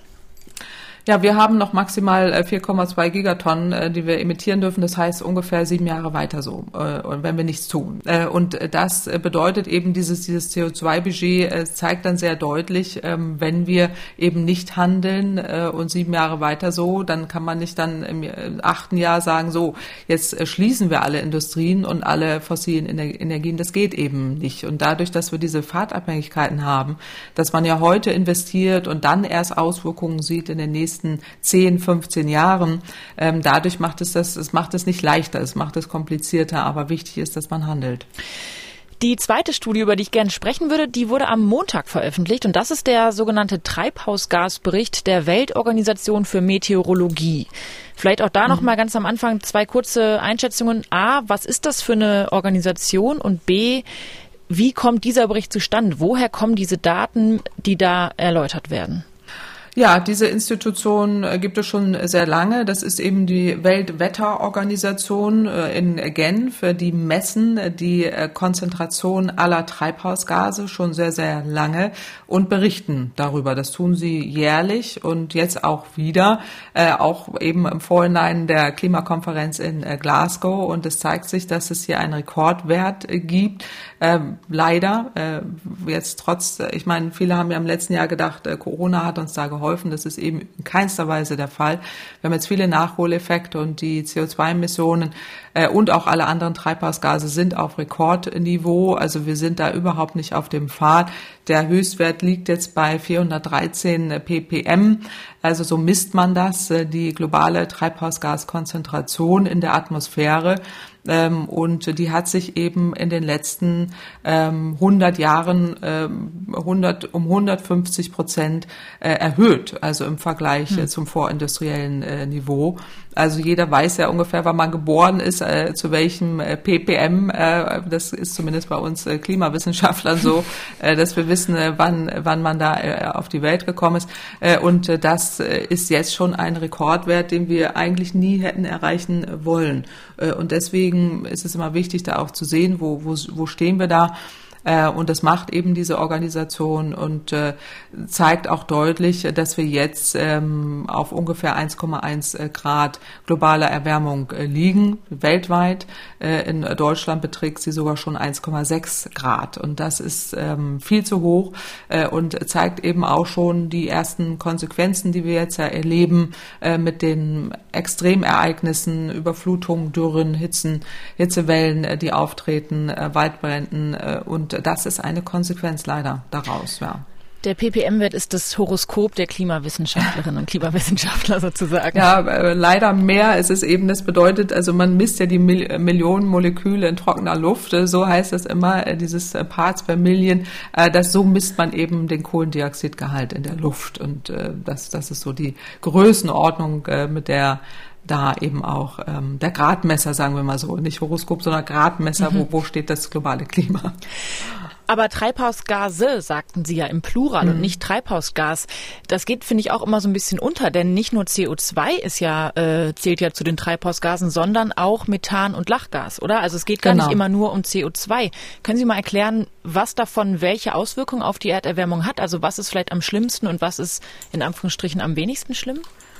Ja, wir haben noch maximal vier Komma zwei Gigatonnen, die wir emittieren dürfen. Das heißt ungefähr sieben Jahre weiter so, wenn wir nichts tun. Und das bedeutet eben, dieses, dieses C O zwei Budget zeigt dann sehr deutlich, wenn wir eben nicht handeln und sieben Jahre weiter so, dann kann man nicht dann im achten Jahr sagen, so, jetzt schließen wir alle Industrien und alle fossilen Energien. Das geht eben nicht. Und dadurch, dass wir diese Fahrtabhängigkeiten haben, dass man ja heute investiert und dann erst Auswirkungen sieht in den nächsten zehn, fünfzehn Jahren. Ähm, dadurch macht es das, es macht es nicht leichter, es macht es komplizierter, aber wichtig ist, dass man handelt. Die zweite Studie, über die ich gerne sprechen würde, die wurde am Montag veröffentlicht und das ist der sogenannte Treibhausgasbericht der Weltorganisation für Meteorologie. Vielleicht auch da mhm. noch mal ganz am Anfang zwei kurze Einschätzungen. A, was ist das für eine Organisation? Und B, wie kommt dieser Bericht zustande? Woher kommen diese Daten, die da erläutert werden? Ja, diese Institution gibt es schon sehr lange. Das ist eben die Weltwetterorganisation in Genf. Die messen die Konzentration aller Treibhausgase schon sehr, sehr lange und berichten darüber. Das tun sie jährlich und jetzt auch wieder, auch eben im Vorhinein der Klimakonferenz in Glasgow. Und es zeigt sich, dass es hier einen Rekordwert gibt. Leider, jetzt trotz, ich meine, viele haben ja im letzten Jahr gedacht, Corona hat uns da geholfen. Das ist eben in keinster Weise der Fall. Wir haben jetzt viele Nachholeffekte und die C O zwei Emissionen äh, und auch alle anderen Treibhausgase sind auf Rekordniveau. Also wir sind da überhaupt nicht auf dem Pfad. Der Höchstwert liegt jetzt bei vierhundertdreizehn ppm. Also so misst man das, die globale Treibhausgaskonzentration in der Atmosphäre. Ähm, und die hat sich eben in den letzten ähm, hundert Jahren ähm, hundert, um hundertfünfzig Prozent äh, erhöht, also im Vergleich hm. äh, zum vorindustriellen äh, Niveau. Also jeder weiß ja ungefähr, wann man geboren ist, äh, zu welchem äh, ppm. Äh, das ist zumindest bei uns äh, Klimawissenschaftlern so, äh, dass wir wissen, äh, wann wann man da äh, auf die Welt gekommen ist. Äh, und äh, das äh, ist jetzt schon ein Rekordwert, den wir eigentlich nie hätten erreichen wollen. Äh, und deswegen ist es immer wichtig, da auch zu sehen, wo wo wo stehen wir da. Und das macht eben diese Organisation und äh, zeigt auch deutlich, dass wir jetzt ähm, auf ungefähr eins Komma eins Grad globaler Erwärmung äh, liegen, weltweit. Äh, in Deutschland beträgt sie sogar schon eins Komma sechs Grad. Und das ist ähm, viel zu hoch äh, und zeigt eben auch schon die ersten Konsequenzen, die wir jetzt ja erleben äh, mit den Extremereignissen, Überflutungen, Dürren, Hitzen, Hitzewellen, äh, die auftreten, äh, Waldbränden äh, und das ist eine Konsequenz leider daraus, ja. Der ppm-Wert ist das Horoskop der Klimawissenschaftlerinnen und Klimawissenschaftler sozusagen. Ja, äh, leider mehr. Es ist eben, das bedeutet, also man misst ja die Mil- Millionen Moleküle in trockener Luft, so heißt das immer, äh, dieses äh, Parts per Million. Äh, das, so misst man eben den Kohlendioxidgehalt in der Luft und äh, das, das ist so die Größenordnung, äh, mit der da eben auch ähm, der Gradmesser, sagen wir mal so, nicht Horoskop, sondern Gradmesser, mhm. wo, wo steht das globale Klima. Aber Treibhausgase, sagten Sie ja im Plural mhm. und nicht Treibhausgas. Das geht, finde ich, auch immer so ein bisschen unter, denn nicht nur C O zwei ist ja, äh, zählt ja zu den Treibhausgasen, sondern auch Methan und Lachgas, oder? Also es geht gar genau. nicht immer nur um C O zwei. Können Sie mal erklären, was davon welche Auswirkungen auf die Erderwärmung hat? Also was ist vielleicht am schlimmsten und was ist in Anführungsstrichen am wenigsten schlimm?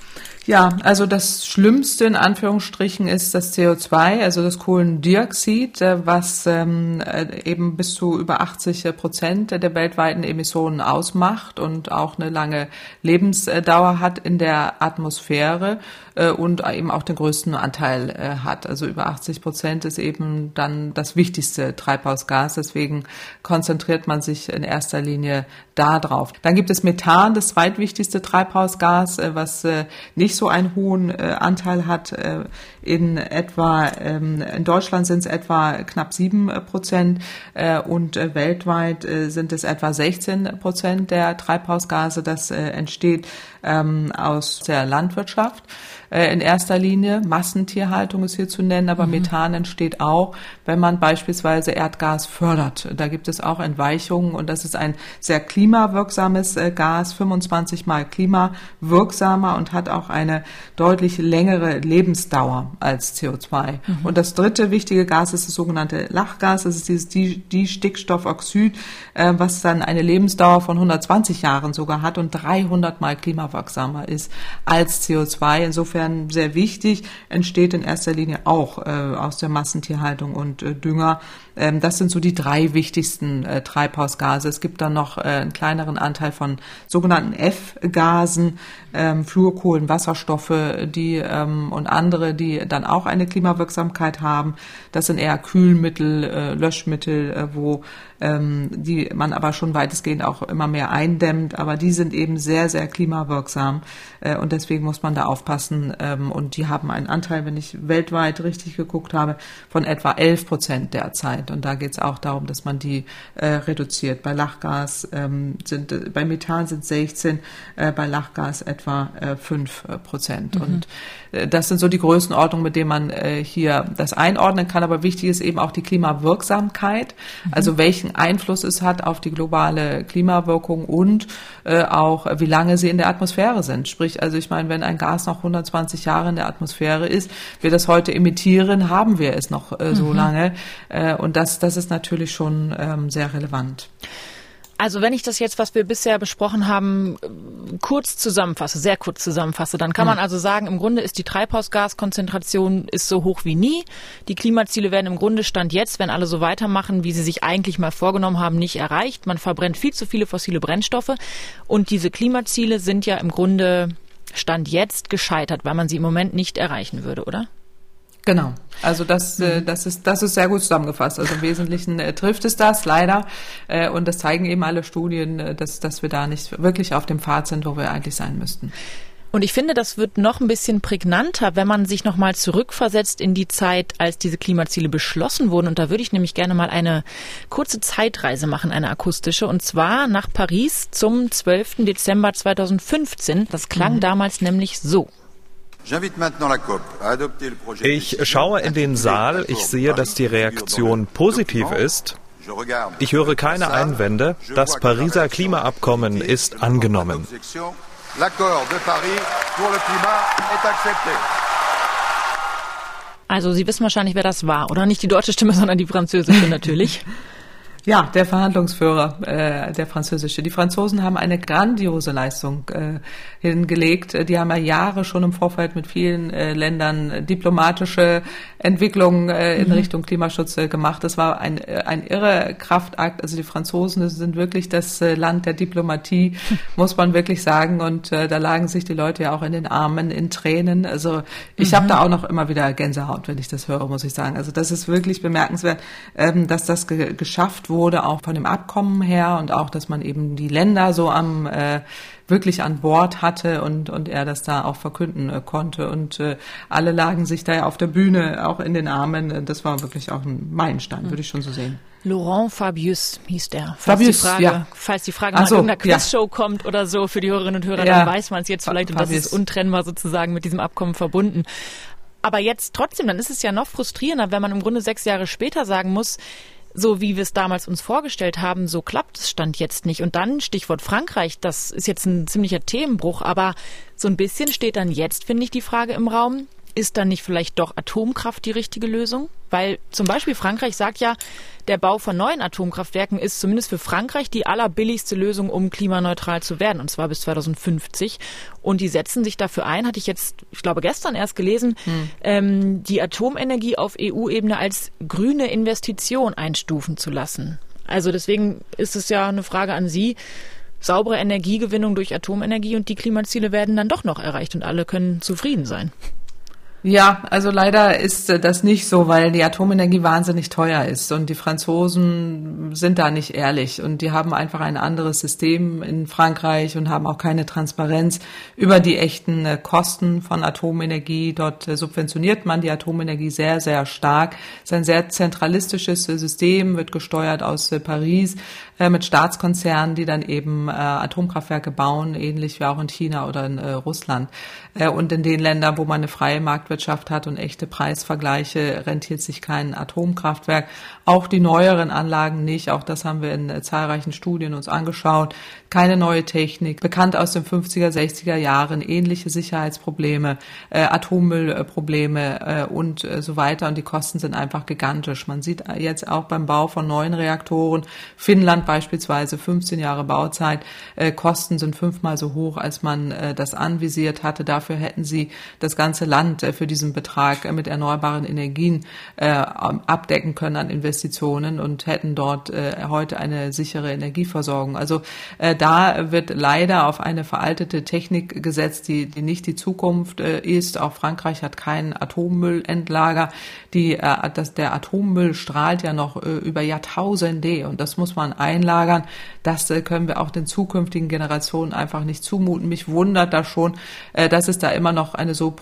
Ja, also das Schlimmste in Anführungsstrichen ist das C O zwei, also das Kohlendioxid, was ähm, eben bis zu über achtzig Prozent der weltweiten Emissionen ausmacht und auch eine lange Lebensdauer hat in der Atmosphäre äh, und eben auch den größten Anteil äh, hat. Also über achtzig Prozent ist eben dann das wichtigste Treibhausgas, deswegen konzentriert man sich in erster Linie da drauf. Dann gibt es Methan, das zweitwichtigste Treibhausgas, äh, was äh, nicht so einen hohen äh, Anteil hat. Äh, in etwa, ähm, in Deutschland sind es etwa knapp sieben Prozent äh, und äh, weltweit äh, sind es etwa sechzehn Prozent der Treibhausgase. Das äh, entsteht ähm, aus der Landwirtschaft. Äh, in erster Linie Massentierhaltung ist hier zu nennen, aber mhm. Methan entsteht auch, wenn man beispielsweise Erdgas fördert. Da gibt es auch Entweichungen und das ist ein sehr klimawirksames äh, Gas, fünfundzwanzig Mal klimawirksamer und hat auch eine deutlich längere Lebensdauer als C O zwei. Mhm. Und das dritte wichtige Gas ist das sogenannte Lachgas. Das ist dieses Distickstoffoxid, äh, was dann eine Lebensdauer von hundertzwanzig Jahren sogar hat und dreihundert Mal klimawirksamer ist als C O zwei. Insofern sehr wichtig, entsteht in erster Linie auch äh, aus der Massentierhaltung und äh, Dünger. Ähm, das sind so die drei wichtigsten äh, Treibhausgase. Es gibt dann noch äh, einen kleineren Anteil von sogenannten F-Gasen, ähm, Fluorkohlen, Wasserstoffe, die ähm, und andere, die dann auch eine Klimawirksamkeit haben. Das sind eher Kühlmittel, äh, Löschmittel, äh, wo ähm, die man aber schon weitestgehend auch immer mehr eindämmt. Aber die sind eben sehr, sehr klimawirksam äh, und deswegen muss man da aufpassen. Ähm, und die haben einen Anteil, wenn ich weltweit richtig geguckt habe, von etwa elf Prozent derzeit. Und da geht es auch darum, dass man die äh, reduziert. Bei Lachgas ähm, sind, äh, bei Methan sind sechzehn, äh, bei Lachgas etwa äh, fünf Prozent. Mhm. Und äh, das sind so die Größenordnungen, mit denen man äh, hier das einordnen kann. Aber wichtig ist eben auch die Klimawirksamkeit, mhm. also welchen Einfluss es hat auf die globale Klimawirkung und äh, auch, wie lange sie in der Atmosphäre sind. Sprich, also ich meine, wenn ein Gas noch hundertzwanzig Jahre in der Atmosphäre ist, wir das heute emittieren, haben wir es noch äh, so mhm. lange. Äh, und das, das ist natürlich schon ähm, sehr relevant. Also wenn ich das jetzt, was wir bisher besprochen haben, kurz zusammenfasse, sehr kurz zusammenfasse, dann kann man also sagen, im Grunde ist die Treibhausgaskonzentration ist so hoch wie nie. Die Klimaziele werden im Grunde Stand jetzt, wenn alle so weitermachen, wie sie sich eigentlich mal vorgenommen haben, nicht erreicht. Man verbrennt viel zu viele fossile Brennstoffe und diese Klimaziele sind ja im Grunde Stand jetzt gescheitert, weil man sie im Moment nicht erreichen würde, oder? Genau. Also das, äh, das ist, das ist sehr gut zusammengefasst. Also im Wesentlichen äh, trifft es das leider. Äh, und das zeigen eben alle Studien, äh, dass, dass wir da nicht wirklich auf dem Pfad sind, wo wir eigentlich sein müssten. Und ich finde, das wird noch ein bisschen prägnanter, wenn man sich nochmal zurückversetzt in die Zeit, als diese Klimaziele beschlossen wurden. Und da würde ich nämlich gerne mal eine kurze Zeitreise machen, eine akustische. Und zwar nach Paris zum zwölften Dezember zweitausendfünfzehn. Das klang mhm. damals nämlich so. Ich schaue in den Saal, ich sehe, dass die Reaktion positiv ist. Ich höre keine Einwände. Das Pariser Klimaabkommen ist angenommen. Also Sie wissen wahrscheinlich, wer das war, oder? Nicht die deutsche Stimme, sondern die französische natürlich. Ja, der Verhandlungsführer, äh, der französische. Die Franzosen haben eine grandiose Leistung äh, hingelegt. Die haben ja Jahre schon im Vorfeld mit vielen äh, Ländern diplomatische Entwicklungen äh, in mhm. Richtung Klimaschutz äh, gemacht. Das war ein ein irre Kraftakt. Also die Franzosen sind wirklich das äh, Land der Diplomatie, muss man wirklich sagen. Und äh, da lagen sich die Leute ja auch in den Armen, in Tränen. Also ich mhm. habe da auch noch immer wieder Gänsehaut, wenn ich das höre, muss ich sagen. Also das ist wirklich bemerkenswert, ähm, dass das ge- geschafft wurde. wurde auch von dem Abkommen her und auch, dass man eben die Länder so am äh, wirklich an Bord hatte und und er das da auch verkünden äh, konnte und äh, alle lagen sich da ja auf der Bühne auch in den Armen. Das war wirklich auch ein Meilenstein, mhm. würde ich schon so sehen. Laurent Fabius hieß der. Falls Fabius, die Frage, ja. falls die Frage nach so, irgendeiner Quizshow ja. kommt oder so für die Hörerinnen und Hörer, ja. dann weiß man es jetzt vielleicht Fabius. Und das ist untrennbar sozusagen mit diesem Abkommen verbunden. Aber jetzt trotzdem, dann ist es ja noch frustrierender, wenn man im Grunde sechs Jahre später sagen muss, so wie wir es damals uns vorgestellt haben, so klappt es Stand jetzt nicht. Und dann Stichwort Frankreich, das ist jetzt ein ziemlicher Themenbruch, aber so ein bisschen steht dann jetzt, finde ich, die Frage im Raum, ist dann nicht vielleicht doch Atomkraft die richtige Lösung? Weil zum Beispiel Frankreich sagt ja, der Bau von neuen Atomkraftwerken ist zumindest für Frankreich die allerbilligste Lösung, um klimaneutral zu werden, und zwar bis zweitausendfünfzig. Und die setzen sich dafür ein, hatte ich jetzt, ich glaube gestern erst gelesen, hm. ähm, die Atomenergie auf E U-Ebene als grüne Investition einstufen zu lassen. Also deswegen ist es ja eine Frage an Sie. Saubere Energiegewinnung durch Atomenergie und die Klimaziele werden dann doch noch erreicht und alle können zufrieden sein. Ja, also leider ist das nicht so, weil die Atomenergie wahnsinnig teuer ist und die Franzosen sind da nicht ehrlich und die haben einfach ein anderes System in Frankreich und haben auch keine Transparenz über die echten Kosten von Atomenergie. Dort subventioniert man die Atomenergie sehr, sehr stark. Es ist ein sehr zentralistisches System, wird gesteuert aus Paris mit Staatskonzernen, die dann eben Atomkraftwerke bauen, ähnlich wie auch in China oder in Russland. Und in den Ländern, wo man eine freie Marktwirtschaft hat und echte Preisvergleiche, rentiert sich kein Atomkraftwerk. Auch die neueren Anlagen nicht. Auch das haben wir in zahlreichen Studien uns angeschaut. Keine neue Technik, bekannt aus den fünfziger, sechziger Jahren, ähnliche Sicherheitsprobleme, äh, Atommüllprobleme äh, und äh, so weiter. Und die Kosten sind einfach gigantisch. Man sieht jetzt auch beim Bau von neuen Reaktoren, Finnland beispielsweise, fünfzehn Jahre Bauzeit, äh, Kosten sind fünfmal so hoch, als man äh, das anvisiert hatte. Dafür hätten sie das ganze Land äh, für für diesen Betrag mit erneuerbaren Energien äh, abdecken können an Investitionen und hätten dort äh, heute eine sichere Energieversorgung. Also äh, da wird leider auf eine veraltete Technik gesetzt, die, die nicht die Zukunft äh, ist. Auch Frankreich hat kein Atommüllendlager. Die, äh, das, der Atommüll strahlt ja noch äh, über Jahrtausende und das muss man einlagern. Das äh, können wir auch den zukünftigen Generationen einfach nicht zumuten. Mich wundert da schon, äh, dass es da immer noch eine so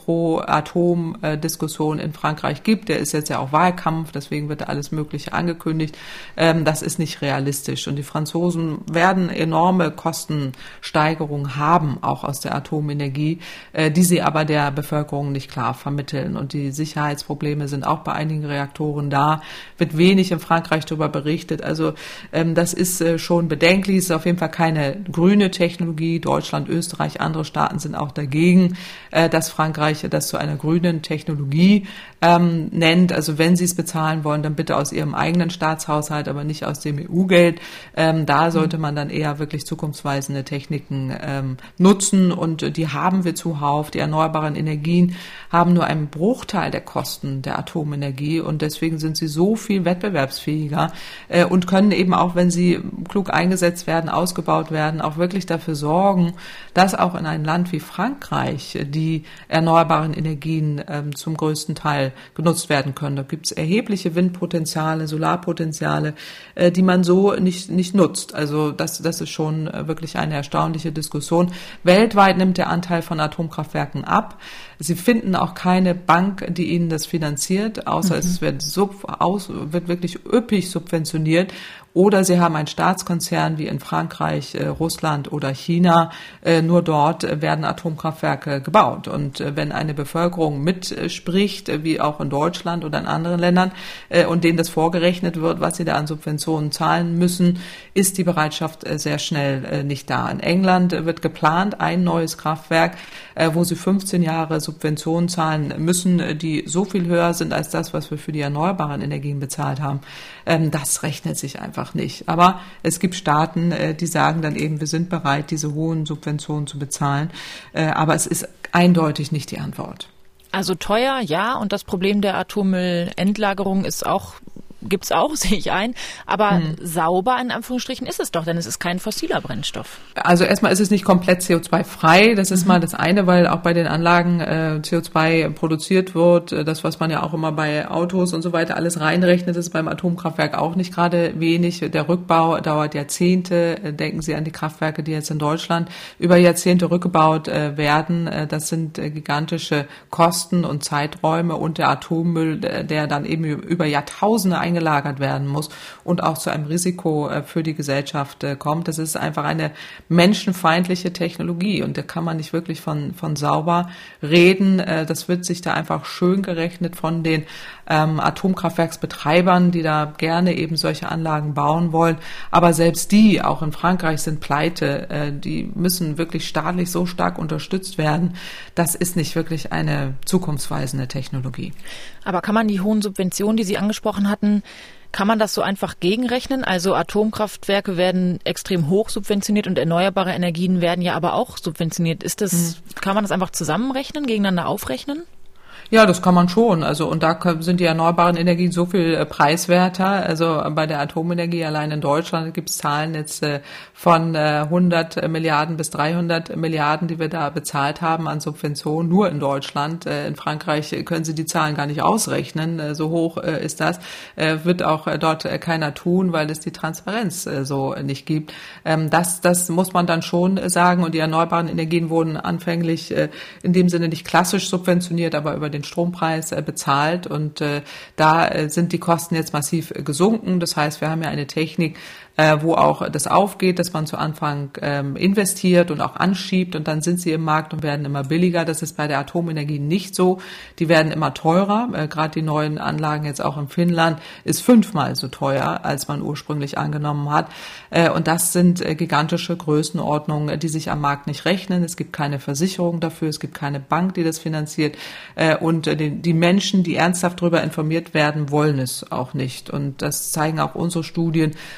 Pro-Atom-Diskussion in Frankreich gibt. Der ist jetzt ja auch Wahlkampf, deswegen wird da alles Mögliche angekündigt. Ähm, das ist nicht realistisch. Und die Franzosen werden enorme Kostensteigerungen haben, auch aus der Atomenergie, äh, die sie aber der Bevölkerung nicht klar vermitteln. Und die Sicherheitsprobleme sind auch bei einigen Reaktoren da. Wird wenig in Frankreich darüber berichtet. Also ähm, das ist äh, schon bedenklich. Es ist auf jeden Fall keine grüne Technologie. Deutschland, Österreich, andere Staaten sind auch dagegen, äh, dass Frankreich das zu einer grünen Technologie ähm, nennt. Also wenn sie es bezahlen wollen, dann bitte aus ihrem eigenen Staatshaushalt, aber nicht aus dem E U-Geld. Ähm, da sollte man dann eher wirklich zukunftsweisende Techniken ähm, nutzen und die haben wir zuhauf. Die erneuerbaren Energien haben nur einen Bruchteil der Kosten der Atomenergie und deswegen sind sie so viel wettbewerbsfähiger äh, und können eben auch, wenn sie klug eingesetzt werden, ausgebaut werden, auch wirklich dafür sorgen, dass auch in einem Land wie Frankreich die erneuerbaren Energien ähm, zum größten Teil genutzt werden können. Da gibt es erhebliche Windpotenziale, Solarpotenziale, äh, die man so nicht nicht nutzt. Also das das ist schon äh, wirklich eine erstaunliche Diskussion. Weltweit nimmt der Anteil von Atomkraftwerken ab. Sie finden auch keine Bank, die ihnen das finanziert, außer mhm. es wird, sub, aus, wird wirklich üppig subventioniert. Oder sie haben einen Staatskonzern wie in Frankreich, äh, Russland oder China. Äh, nur dort äh, werden Atomkraftwerke gebaut. Und äh, wenn eine Bevölkerung mitspricht, äh, wie auch in Deutschland oder in anderen Ländern, äh, und denen das vorgerechnet wird, was sie da an Subventionen zahlen müssen, ist die Bereitschaft äh, sehr schnell äh, nicht da. In England äh, wird geplant ein neues Kraftwerk, äh, wo sie fünfzehn Jahre Subventionen zahlen müssen, äh, die so viel höher sind als das, was wir für die erneuerbaren Energien bezahlt haben. Ähm, das rechnet sich einfach nicht. Aber es gibt Staaten, die sagen dann eben, wir sind bereit, diese hohen Subventionen zu bezahlen. Aber es ist eindeutig nicht die Antwort. Also teuer, ja. Und das Problem der Atommüllendlagerung ist auch gibt's auch, sehe ich ein. Aber hm. sauber, in Anführungsstrichen, ist es doch, denn es ist kein fossiler Brennstoff. Also erstmal ist es nicht komplett C O zwei frei. Das ist mhm. mal das eine, weil auch bei den Anlagen äh, C O zwei produziert wird. Das, was man ja auch immer bei Autos und so weiter alles reinrechnet, ist beim Atomkraftwerk auch nicht gerade wenig. Der Rückbau dauert Jahrzehnte. Denken Sie an die Kraftwerke, die jetzt in Deutschland über Jahrzehnte rückgebaut äh, werden. Das sind äh, gigantische Kosten und Zeiträume und der Atommüll, der dann eben über Jahrtausende eingelagert werden muss und auch zu einem Risiko für die Gesellschaft kommt. Das ist einfach eine menschenfeindliche Technologie und da kann man nicht wirklich von, von sauber reden. Das wird sich da einfach schön gerechnet von den ähm, Atomkraftwerksbetreibern, die da gerne eben solche Anlagen bauen wollen. Aber selbst die, auch in Frankreich, sind pleite. Äh, die müssen wirklich staatlich so stark unterstützt werden. Das ist nicht wirklich eine zukunftsweisende Technologie. Aber kann man die hohen Subventionen, die Sie angesprochen hatten, kann man das so einfach gegenrechnen? Also Atomkraftwerke werden extrem hoch subventioniert und erneuerbare Energien werden ja aber auch subventioniert. Ist das, mhm. kann man das einfach zusammenrechnen, gegeneinander aufrechnen? Ja, das kann man schon. Also und da sind die erneuerbaren Energien so viel äh, preiswerter. Also bei der Atomenergie allein in Deutschland gibt es Zahlen jetzt äh, von äh, hundert Milliarden bis dreihundert Milliarden, die wir da bezahlt haben an Subventionen, nur in Deutschland. Äh, in Frankreich können Sie die Zahlen gar nicht ausrechnen. Äh, so hoch äh, ist das. Äh, wird auch äh, dort äh, keiner tun, weil es die Transparenz äh, so nicht gibt. Ähm, das, das muss man dann schon äh, sagen. Und die erneuerbaren Energien wurden anfänglich äh, in dem Sinne nicht klassisch subventioniert, aber über den Strompreis äh, bezahlt und äh, da äh, sind die Kosten jetzt massiv äh, gesunken. Das heißt, wir haben ja eine Technik, äh, wo auch das aufgeht, dass man zu Anfang ähm, investiert und auch anschiebt und dann sind sie im Markt und werden immer billiger. Das ist bei der Atomenergie nicht so. Die werden immer teurer. Äh, Gerade die neuen Anlagen jetzt auch in Finnland ist fünfmal so teuer, als man ursprünglich angenommen hat. Äh, und das sind äh, gigantische Größenordnungen, die sich am Markt nicht rechnen. Es gibt keine Versicherung dafür, es gibt keine Bank, die das finanziert. Äh, und äh, die, die Menschen, die ernsthaft darüber informiert werden, wollen es auch nicht. Und das zeigen auch unsere Studien, wo wir das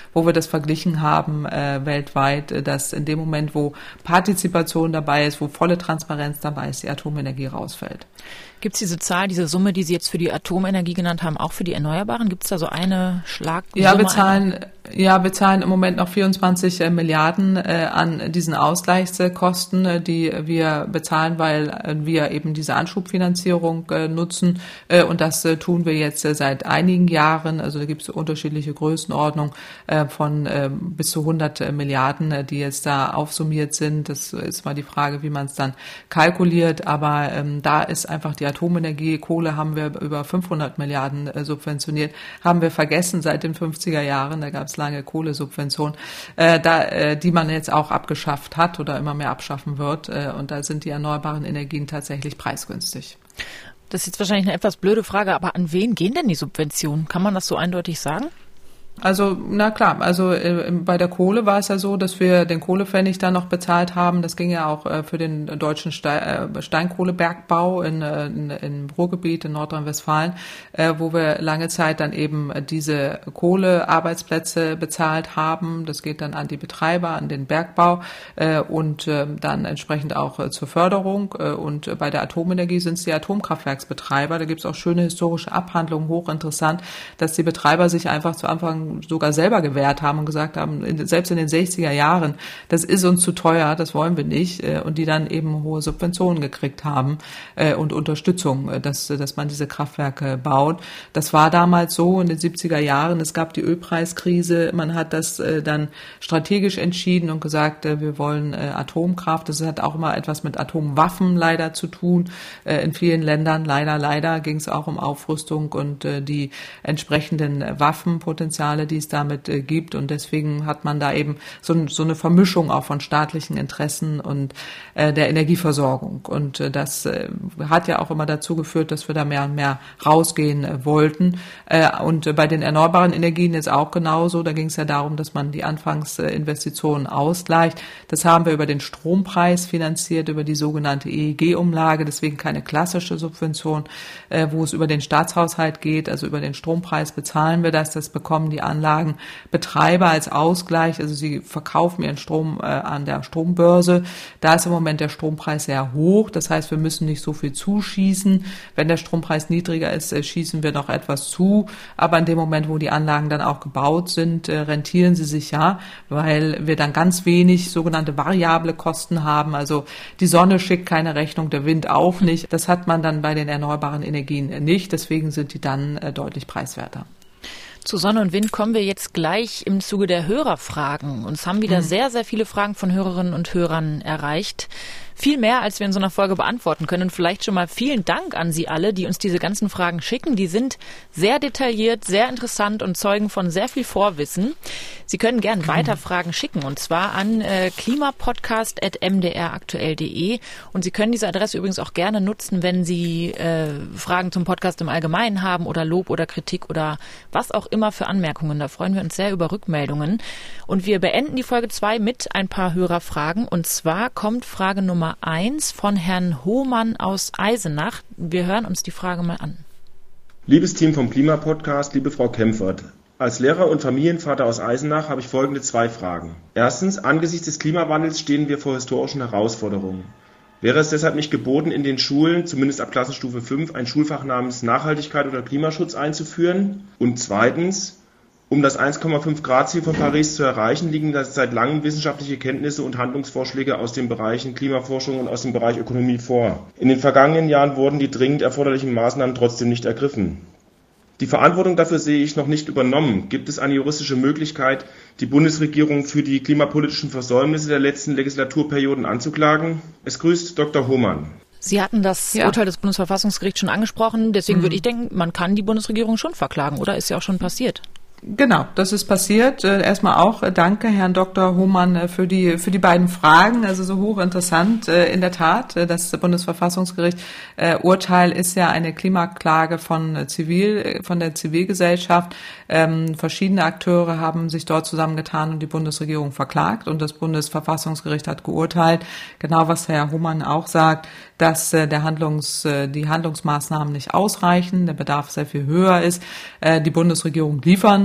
das verglichen haben äh, weltweit, dass in dem Moment, wo Partizipation dabei ist, wo volle Transparenz dabei ist, die Atomenergie rausfällt. Gibt es diese Zahl, diese Summe, die Sie jetzt für die Atomenergie genannt haben, auch für die Erneuerbaren? Gibt es da so eine Schlagsumme? Ja, wir zahlen, ja, wir zahlen im Moment noch vierundzwanzig äh, Milliarden äh, an diesen Ausgleichskosten, äh, die wir bezahlen, weil äh, wir eben diese Anschubfinanzierung äh, nutzen. Äh, und das äh, tun wir jetzt äh, seit einigen Jahren. Also da gibt es unterschiedliche Größenordnungen äh, von äh, bis zu hundert äh, Milliarden, äh, die jetzt da aufsummiert sind. Das ist mal die Frage, wie man es dann kalkuliert. Aber ähm, da ist einfach die Atomenergie, Kohle haben wir über fünfhundert Milliarden äh, subventioniert, haben wir vergessen seit den fünfziger Jahren, da gab es lange Kohlesubventionen, äh, da, äh, die man jetzt auch abgeschafft hat oder immer mehr abschaffen wird, äh, und da sind die erneuerbaren Energien tatsächlich preisgünstig. Das ist jetzt wahrscheinlich eine etwas blöde Frage, aber an wen gehen denn die Subventionen? Kann man das so eindeutig sagen? Also, na klar, also äh, bei der Kohle war es ja so, dass wir den Kohlepfennig dann noch bezahlt haben. Das ging ja auch äh, für den deutschen Ste- äh, Steinkohlebergbau in, äh, in, im Ruhrgebiet in Nordrhein-Westfalen, äh, wo wir lange Zeit dann eben diese Kohlearbeitsplätze bezahlt haben. Das geht dann an die Betreiber, an den Bergbau äh, und äh, dann entsprechend auch äh, zur Förderung. Äh, und äh, bei der Atomenergie sind es die Atomkraftwerksbetreiber. Da gibt es auch schöne historische Abhandlungen, hochinteressant, dass die Betreiber sich einfach zu Anfang sogar selber gewehrt haben und gesagt haben, in, selbst in den sechziger Jahren, das ist uns zu teuer, das wollen wir nicht, äh, und die dann eben hohe Subventionen gekriegt haben äh, und Unterstützung, äh, dass, dass man diese Kraftwerke baut. Das war damals so in den siebziger Jahren, es gab die Ölpreiskrise, man hat das äh, dann strategisch entschieden und gesagt, äh, wir wollen äh, Atomkraft, das hat auch immer etwas mit Atomwaffen leider zu tun, äh, in vielen Ländern, leider, leider ging es auch um Aufrüstung und äh, die entsprechenden Waffenpotenziale, die es damit äh, gibt, und deswegen hat man da eben so, so eine Vermischung auch von staatlichen Interessen und äh, der Energieversorgung, und äh, das äh, hat ja auch immer dazu geführt, dass wir da mehr und mehr rausgehen äh, wollten, äh, und äh, bei den erneuerbaren Energien ist auch genauso, da ging es ja darum, dass man die Anfangsinvestitionen ausgleicht. Das haben wir über den Strompreis finanziert, über die sogenannte E E G-Umlage, deswegen keine klassische Subvention, äh, wo es über den Staatshaushalt geht, also über den Strompreis bezahlen wir das, das bekommen die Anlagenbetreiber als Ausgleich, also sie verkaufen ihren Strom äh, an der Strombörse. Da ist im Moment der Strompreis sehr hoch, das heißt, wir müssen nicht so viel zuschießen. Wenn der Strompreis niedriger ist, äh, schießen wir noch etwas zu, aber in dem Moment, wo die Anlagen dann auch gebaut sind, äh, rentieren sie sich ja, weil wir dann ganz wenig sogenannte variable Kosten haben, also die Sonne schickt keine Rechnung, der Wind auch nicht. Das hat man dann bei den erneuerbaren Energien nicht, deswegen sind die dann äh, deutlich preiswerter. Zu Sonne und Wind kommen wir jetzt gleich im Zuge der Hörerfragen. Uns haben wieder mhm. sehr, sehr viele Fragen von Hörerinnen und Hörern erreicht. Viel mehr, als wir in so einer Folge beantworten können. Und vielleicht schon mal vielen Dank an Sie alle, die uns diese ganzen Fragen schicken. Die sind sehr detailliert, sehr interessant und zeugen von sehr viel Vorwissen. Sie können gern mhm. weiter Fragen schicken, und zwar an äh, klimapodcast at m d r aktuell punkt d e. Und Sie können diese Adresse übrigens auch gerne nutzen, wenn Sie äh, Fragen zum Podcast im Allgemeinen haben oder Lob oder Kritik oder was auch immer für Anmerkungen. Da freuen wir uns sehr über Rückmeldungen. Und wir beenden die Folge zwei mit ein paar Hörerfragen. Und zwar kommt Frage Nummer eins von Herrn Hohmann aus Eisenach. Wir hören uns die Frage mal an. Liebes Team vom Klimapodcast, liebe Frau Kempfert. Als Lehrer und Familienvater aus Eisenach habe ich folgende zwei Fragen. Erstens, angesichts des Klimawandels stehen wir vor historischen Herausforderungen. Wäre es deshalb nicht geboten, in den Schulen, zumindest ab Klassenstufe fünf, ein Schulfach namens Nachhaltigkeit oder Klimaschutz einzuführen? Und zweitens, um das eins Komma fünf Grad Ziel von Paris zu erreichen, liegen seit langem wissenschaftliche Kenntnisse und Handlungsvorschläge aus den Bereichen Klimaforschung und aus dem Bereich Ökonomie vor. In den vergangenen Jahren wurden die dringend erforderlichen Maßnahmen trotzdem nicht ergriffen. Die Verantwortung dafür sehe ich noch nicht übernommen. Gibt es eine juristische Möglichkeit, die Bundesregierung für die klimapolitischen Versäumnisse der letzten Legislaturperioden anzuklagen? Es grüßt Doktor Hohmann. Sie hatten das ja. Urteil des Bundesverfassungsgerichts schon angesprochen. Deswegen mhm. würde ich denken, man kann die Bundesregierung schon verklagen, oder? Ist ja auch schon passiert. Genau, das ist passiert. Erstmal auch danke Herrn Doktor Hohmann für die für die beiden Fragen, also so hochinteressant. In der Tat, das Bundesverfassungsgericht äh, Urteil ist ja eine Klimaklage von Zivil von der Zivilgesellschaft. Ähm, verschiedene Akteure haben sich dort zusammengetan und die Bundesregierung verklagt, und das Bundesverfassungsgericht hat geurteilt, genau was Herr Hohmann auch sagt, dass äh, der Handlungs äh, die Handlungsmaßnahmen nicht ausreichen, der Bedarf sehr viel höher ist. Äh, die Bundesregierung liefern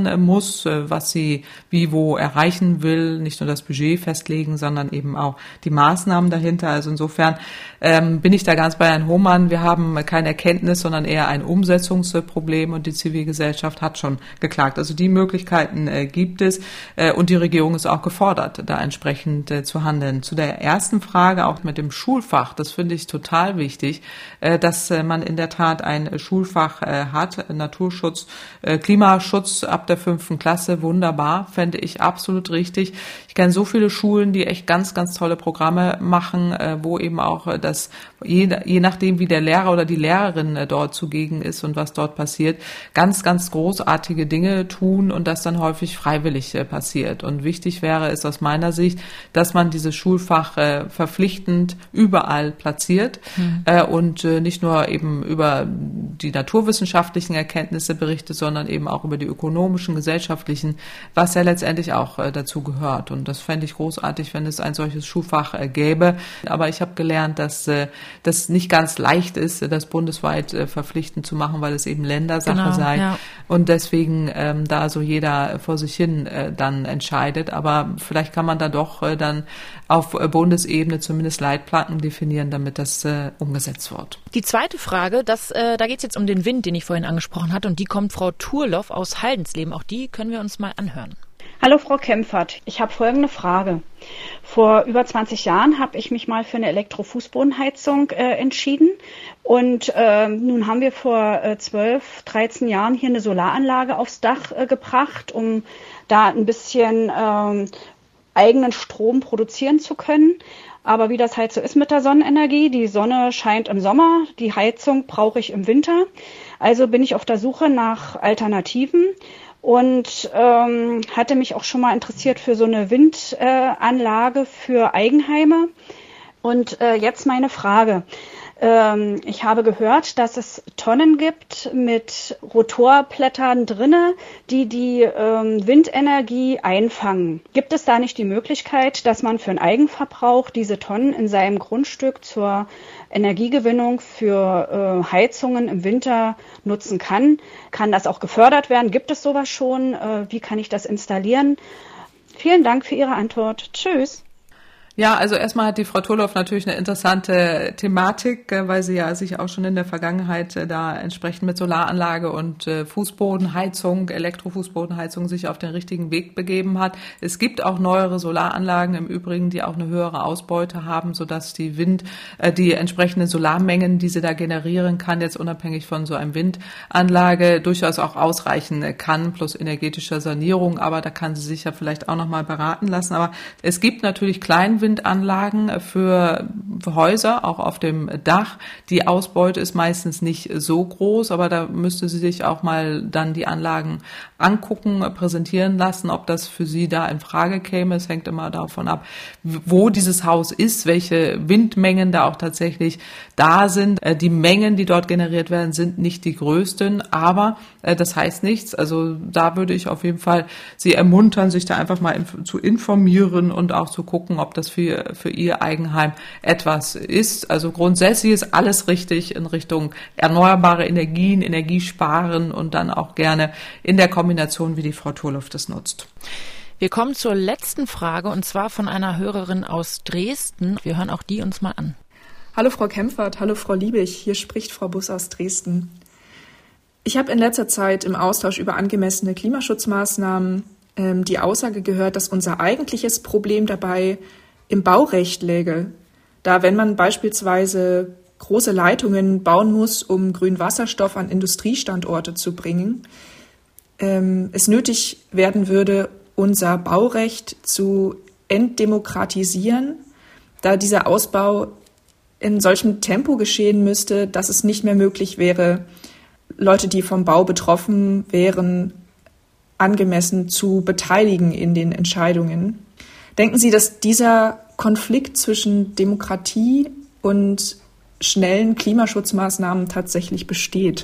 planen muss, was sie wie wo erreichen will, nicht nur das Budget festlegen, sondern eben auch die Maßnahmen dahinter. Also insofern ähm, bin ich da ganz bei Herrn Hohmann. Wir haben keine Erkenntnis, sondern eher ein Umsetzungsproblem und die Zivilgesellschaft hat schon geklagt. Also die Möglichkeiten äh, gibt es äh, und die Regierung ist auch gefordert, da entsprechend äh, zu handeln. Zu der ersten Frage, auch mit dem Schulfach, das finde ich total wichtig, äh, dass äh, man in der Tat ein Schulfach äh, hat, Naturschutz, äh, Klimaschutz ab der fünften Klasse, wunderbar, fände ich absolut richtig. Ich kenne so viele Schulen, die echt ganz, ganz tolle Programme machen, äh, wo eben auch äh, das, je, je nachdem wie der Lehrer oder die Lehrerin äh, dort zugegen ist und was dort passiert, ganz, ganz großartige Dinge tun und das dann häufig freiwillig äh, passiert. Und wichtig wäre es aus meiner Sicht, dass man dieses Schulfach äh, verpflichtend überall platziert mhm. äh, und äh, nicht nur eben über die naturwissenschaftlichen Erkenntnisse berichtet, sondern eben auch über die ökonomischen, gesellschaftlichen, was ja letztendlich auch äh, dazu gehört. Und das fände ich großartig, wenn es ein solches Schulfach äh, gäbe. Aber ich habe gelernt, dass äh, das nicht ganz leicht ist, das bundesweit äh, verpflichtend zu machen, weil es eben Ländersache genau, sei. Ja. Und deswegen ähm, da so jeder vor sich hin äh, dann entscheidet. Aber vielleicht kann man da doch äh, dann auf äh, Bundesebene zumindest Leitplanken definieren, damit das äh, umgesetzt wird. Die zweite Frage, das, äh, da geht es jetzt um den Wind, den ich vorhin angesprochen hatte. Und die kommt Frau Thurloff aus Haldensleben. Auch die können wir uns mal anhören. Hallo Frau Kempfert, ich habe folgende Frage. Vor über zwanzig Jahren habe ich mich mal für eine Elektrofußbodenheizung äh, entschieden und äh, nun haben wir vor äh, zwölf, dreizehn Jahren hier eine Solaranlage aufs Dach äh, gebracht, um da ein bisschen äh, eigenen Strom produzieren zu können. Aber wie das halt so ist mit der Sonnenenergie, die Sonne scheint im Sommer, die Heizung brauche ich im Winter. Also bin ich auf der Suche nach Alternativen. Und ähm, hatte mich auch schon mal interessiert für so eine Windanlage äh, für Eigenheime. Und äh, jetzt meine Frage. Ähm, ich habe gehört, dass es Tonnen gibt mit Rotorblättern drinne, die die ähm, Windenergie einfangen. Gibt es da nicht die Möglichkeit, dass man für den Eigenverbrauch diese Tonnen in seinem Grundstück zur Energiegewinnung für äh, Heizungen im Winter nutzen kann? Kann das auch gefördert werden? Gibt es sowas schon? Äh, wie kann ich das installieren? Vielen Dank für Ihre Antwort. Tschüss. Ja, also erstmal hat die Frau Thurloff natürlich eine interessante Thematik, weil sie ja sich auch schon in der Vergangenheit da entsprechend mit Solaranlage und Fußbodenheizung, Elektrofußbodenheizung sich auf den richtigen Weg begeben hat. Es gibt auch neuere Solaranlagen im Übrigen, die auch eine höhere Ausbeute haben, sodass die Wind, die entsprechenden Solarmengen, die sie da generieren kann, jetzt unabhängig von so einem Windanlage durchaus auch ausreichen kann, plus energetischer Sanierung. Aber da kann sie sich ja vielleicht auch nochmal beraten lassen. Aber es gibt natürlich Kleinwind Windanlagen für, für Häuser, auch auf dem Dach. Die Ausbeute ist meistens nicht so groß, aber da müsste sie sich auch mal dann die Anlagen angucken, präsentieren lassen, ob das für sie da in Frage käme. Es hängt immer davon ab, wo dieses Haus ist, welche Windmengen da auch tatsächlich da sind. Die Mengen, die dort generiert werden, sind nicht die größten, aber das heißt nichts. Also da würde ich auf jeden Fall Sie ermuntern, sich da einfach mal zu informieren und auch zu gucken, ob das für, für Ihr Eigenheim etwas ist. Also grundsätzlich ist alles richtig in Richtung erneuerbare Energien, Energiesparen und dann auch gerne in der Kombination, wie die Frau Thurloff das nutzt. Wir kommen zur letzten Frage und zwar von einer Hörerin aus Dresden. Wir hören auch die uns mal an. Hallo Frau Kempfert, hallo Frau Liebig, hier spricht Frau Bus aus Dresden. Ich habe in letzter Zeit im Austausch über angemessene Klimaschutzmaßnahmen ähm, die Aussage gehört, dass unser eigentliches Problem dabei im Baurecht läge. Da, wenn man beispielsweise große Leitungen bauen muss, um grünen Wasserstoff an Industriestandorte zu bringen, ähm, es nötig werden würde, unser Baurecht zu entdemokratisieren, da dieser Ausbau in solchem Tempo geschehen müsste, dass es nicht mehr möglich wäre, Leute, die vom Bau betroffen wären, angemessen zu beteiligen in den Entscheidungen. Denken Sie, dass dieser Konflikt zwischen Demokratie und schnellen Klimaschutzmaßnahmen tatsächlich besteht?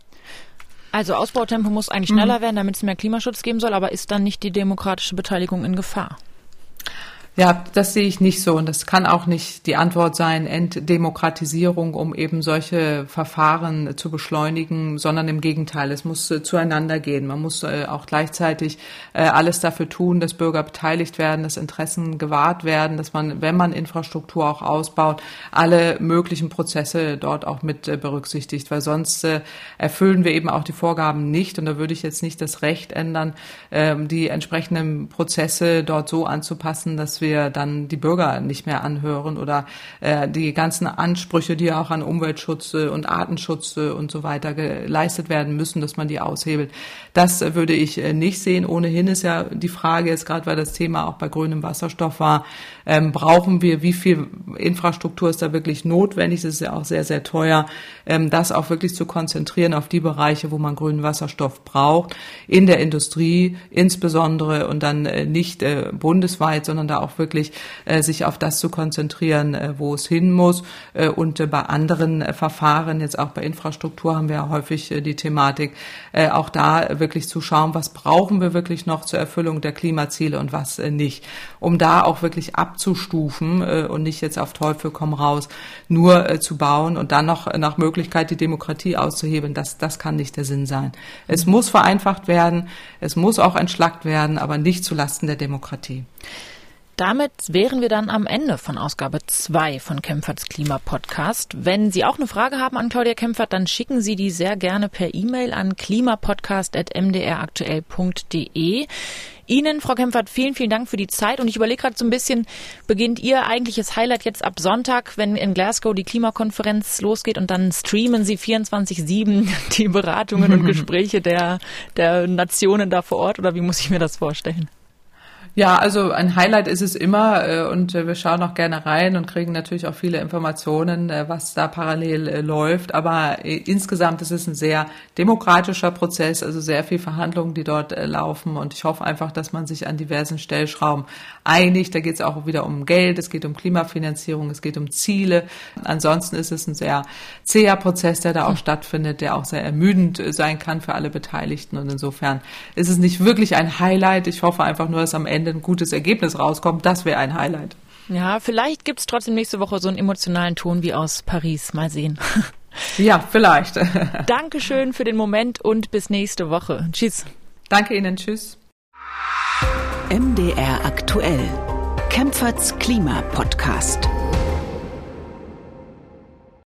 Also Ausbautempo muss eigentlich schneller werden, damit es mehr Klimaschutz geben soll, aber ist dann nicht die demokratische Beteiligung in Gefahr? Ja, das sehe ich nicht so und das kann auch nicht die Antwort sein, Entdemokratisierung, um eben solche Verfahren zu beschleunigen, sondern im Gegenteil, es muss äh, zueinander gehen. Man muss äh, auch gleichzeitig äh, alles dafür tun, dass Bürger beteiligt werden, dass Interessen gewahrt werden, dass man, wenn man Infrastruktur auch ausbaut, alle möglichen Prozesse dort auch mit äh, berücksichtigt, weil sonst äh, erfüllen wir eben auch die Vorgaben nicht und da würde ich jetzt nicht das Recht ändern, äh, die entsprechenden Prozesse dort so anzupassen, dass wir wir dann die Bürger nicht mehr anhören oder äh, die ganzen Ansprüche, die auch an Umweltschutz äh, und Artenschutz äh, und so weiter geleistet werden müssen, dass man die aushebelt. Das äh, würde ich äh, nicht sehen. Ohnehin ist ja die Frage jetzt gerade, weil das Thema auch bei grünem Wasserstoff war, ähm, brauchen wir, wie viel Infrastruktur ist da wirklich notwendig? Das ist ja auch sehr, sehr teuer, ähm, das auch wirklich zu konzentrieren auf die Bereiche, wo man grünen Wasserstoff braucht, in der Industrie insbesondere und dann äh, nicht äh, bundesweit, sondern da auch wirklich äh, sich auf das zu konzentrieren, äh, wo es hin muss. Äh, und äh, bei anderen äh, Verfahren, jetzt auch bei Infrastruktur haben wir ja häufig äh, die Thematik, äh, auch da wirklich zu schauen, was brauchen wir wirklich noch zur Erfüllung der Klimaziele und was äh, nicht. Um da auch wirklich abzustufen äh, und nicht jetzt auf Teufel komm raus, nur äh, zu bauen und dann noch äh, nach Möglichkeit die Demokratie auszuhebeln, das, das kann nicht der Sinn sein. Es muss vereinfacht werden, es muss auch entschlackt werden, aber nicht zulasten der Demokratie. Damit wären wir dann am Ende von Ausgabe zwei von Kempferts Klima-Podcast. Wenn Sie auch eine Frage haben an Claudia Kempfert, dann schicken Sie die sehr gerne per E-Mail an klimapodcast at m d r aktuell punkt d e. Ihnen, Frau Kempfert, vielen, vielen Dank für die Zeit. Und ich überlege gerade so ein bisschen, beginnt Ihr eigentliches Highlight jetzt ab Sonntag, wenn in Glasgow die Klimakonferenz losgeht und dann streamen Sie vierundzwanzig sieben die Beratungen und Gespräche der, der Nationen da vor Ort? Oder wie muss ich mir das vorstellen? Ja, also ein Highlight ist es immer und wir schauen auch gerne rein und kriegen natürlich auch viele Informationen, was da parallel läuft. Aber insgesamt ist es ein sehr demokratischer Prozess, also sehr viel Verhandlungen, die dort laufen. Und ich hoffe einfach, dass man sich an diversen Stellschrauben einigt. Da geht es auch wieder um Geld, es geht um Klimafinanzierung, es geht um Ziele. Ansonsten ist es ein sehr zäher Prozess, der da auch stattfindet, der auch sehr ermüdend sein kann für alle Beteiligten. Und insofern ist es nicht wirklich ein Highlight. Ich hoffe einfach nur, dass am Ende ein gutes Ergebnis rauskommt, das wäre ein Highlight. Ja, vielleicht gibt es trotzdem nächste Woche so einen emotionalen Ton wie aus Paris. Mal sehen. Ja, vielleicht. Dankeschön für den Moment und bis nächste Woche. Tschüss. Danke Ihnen, tschüss. M D R aktuell. Kempferts Klima-Podcast.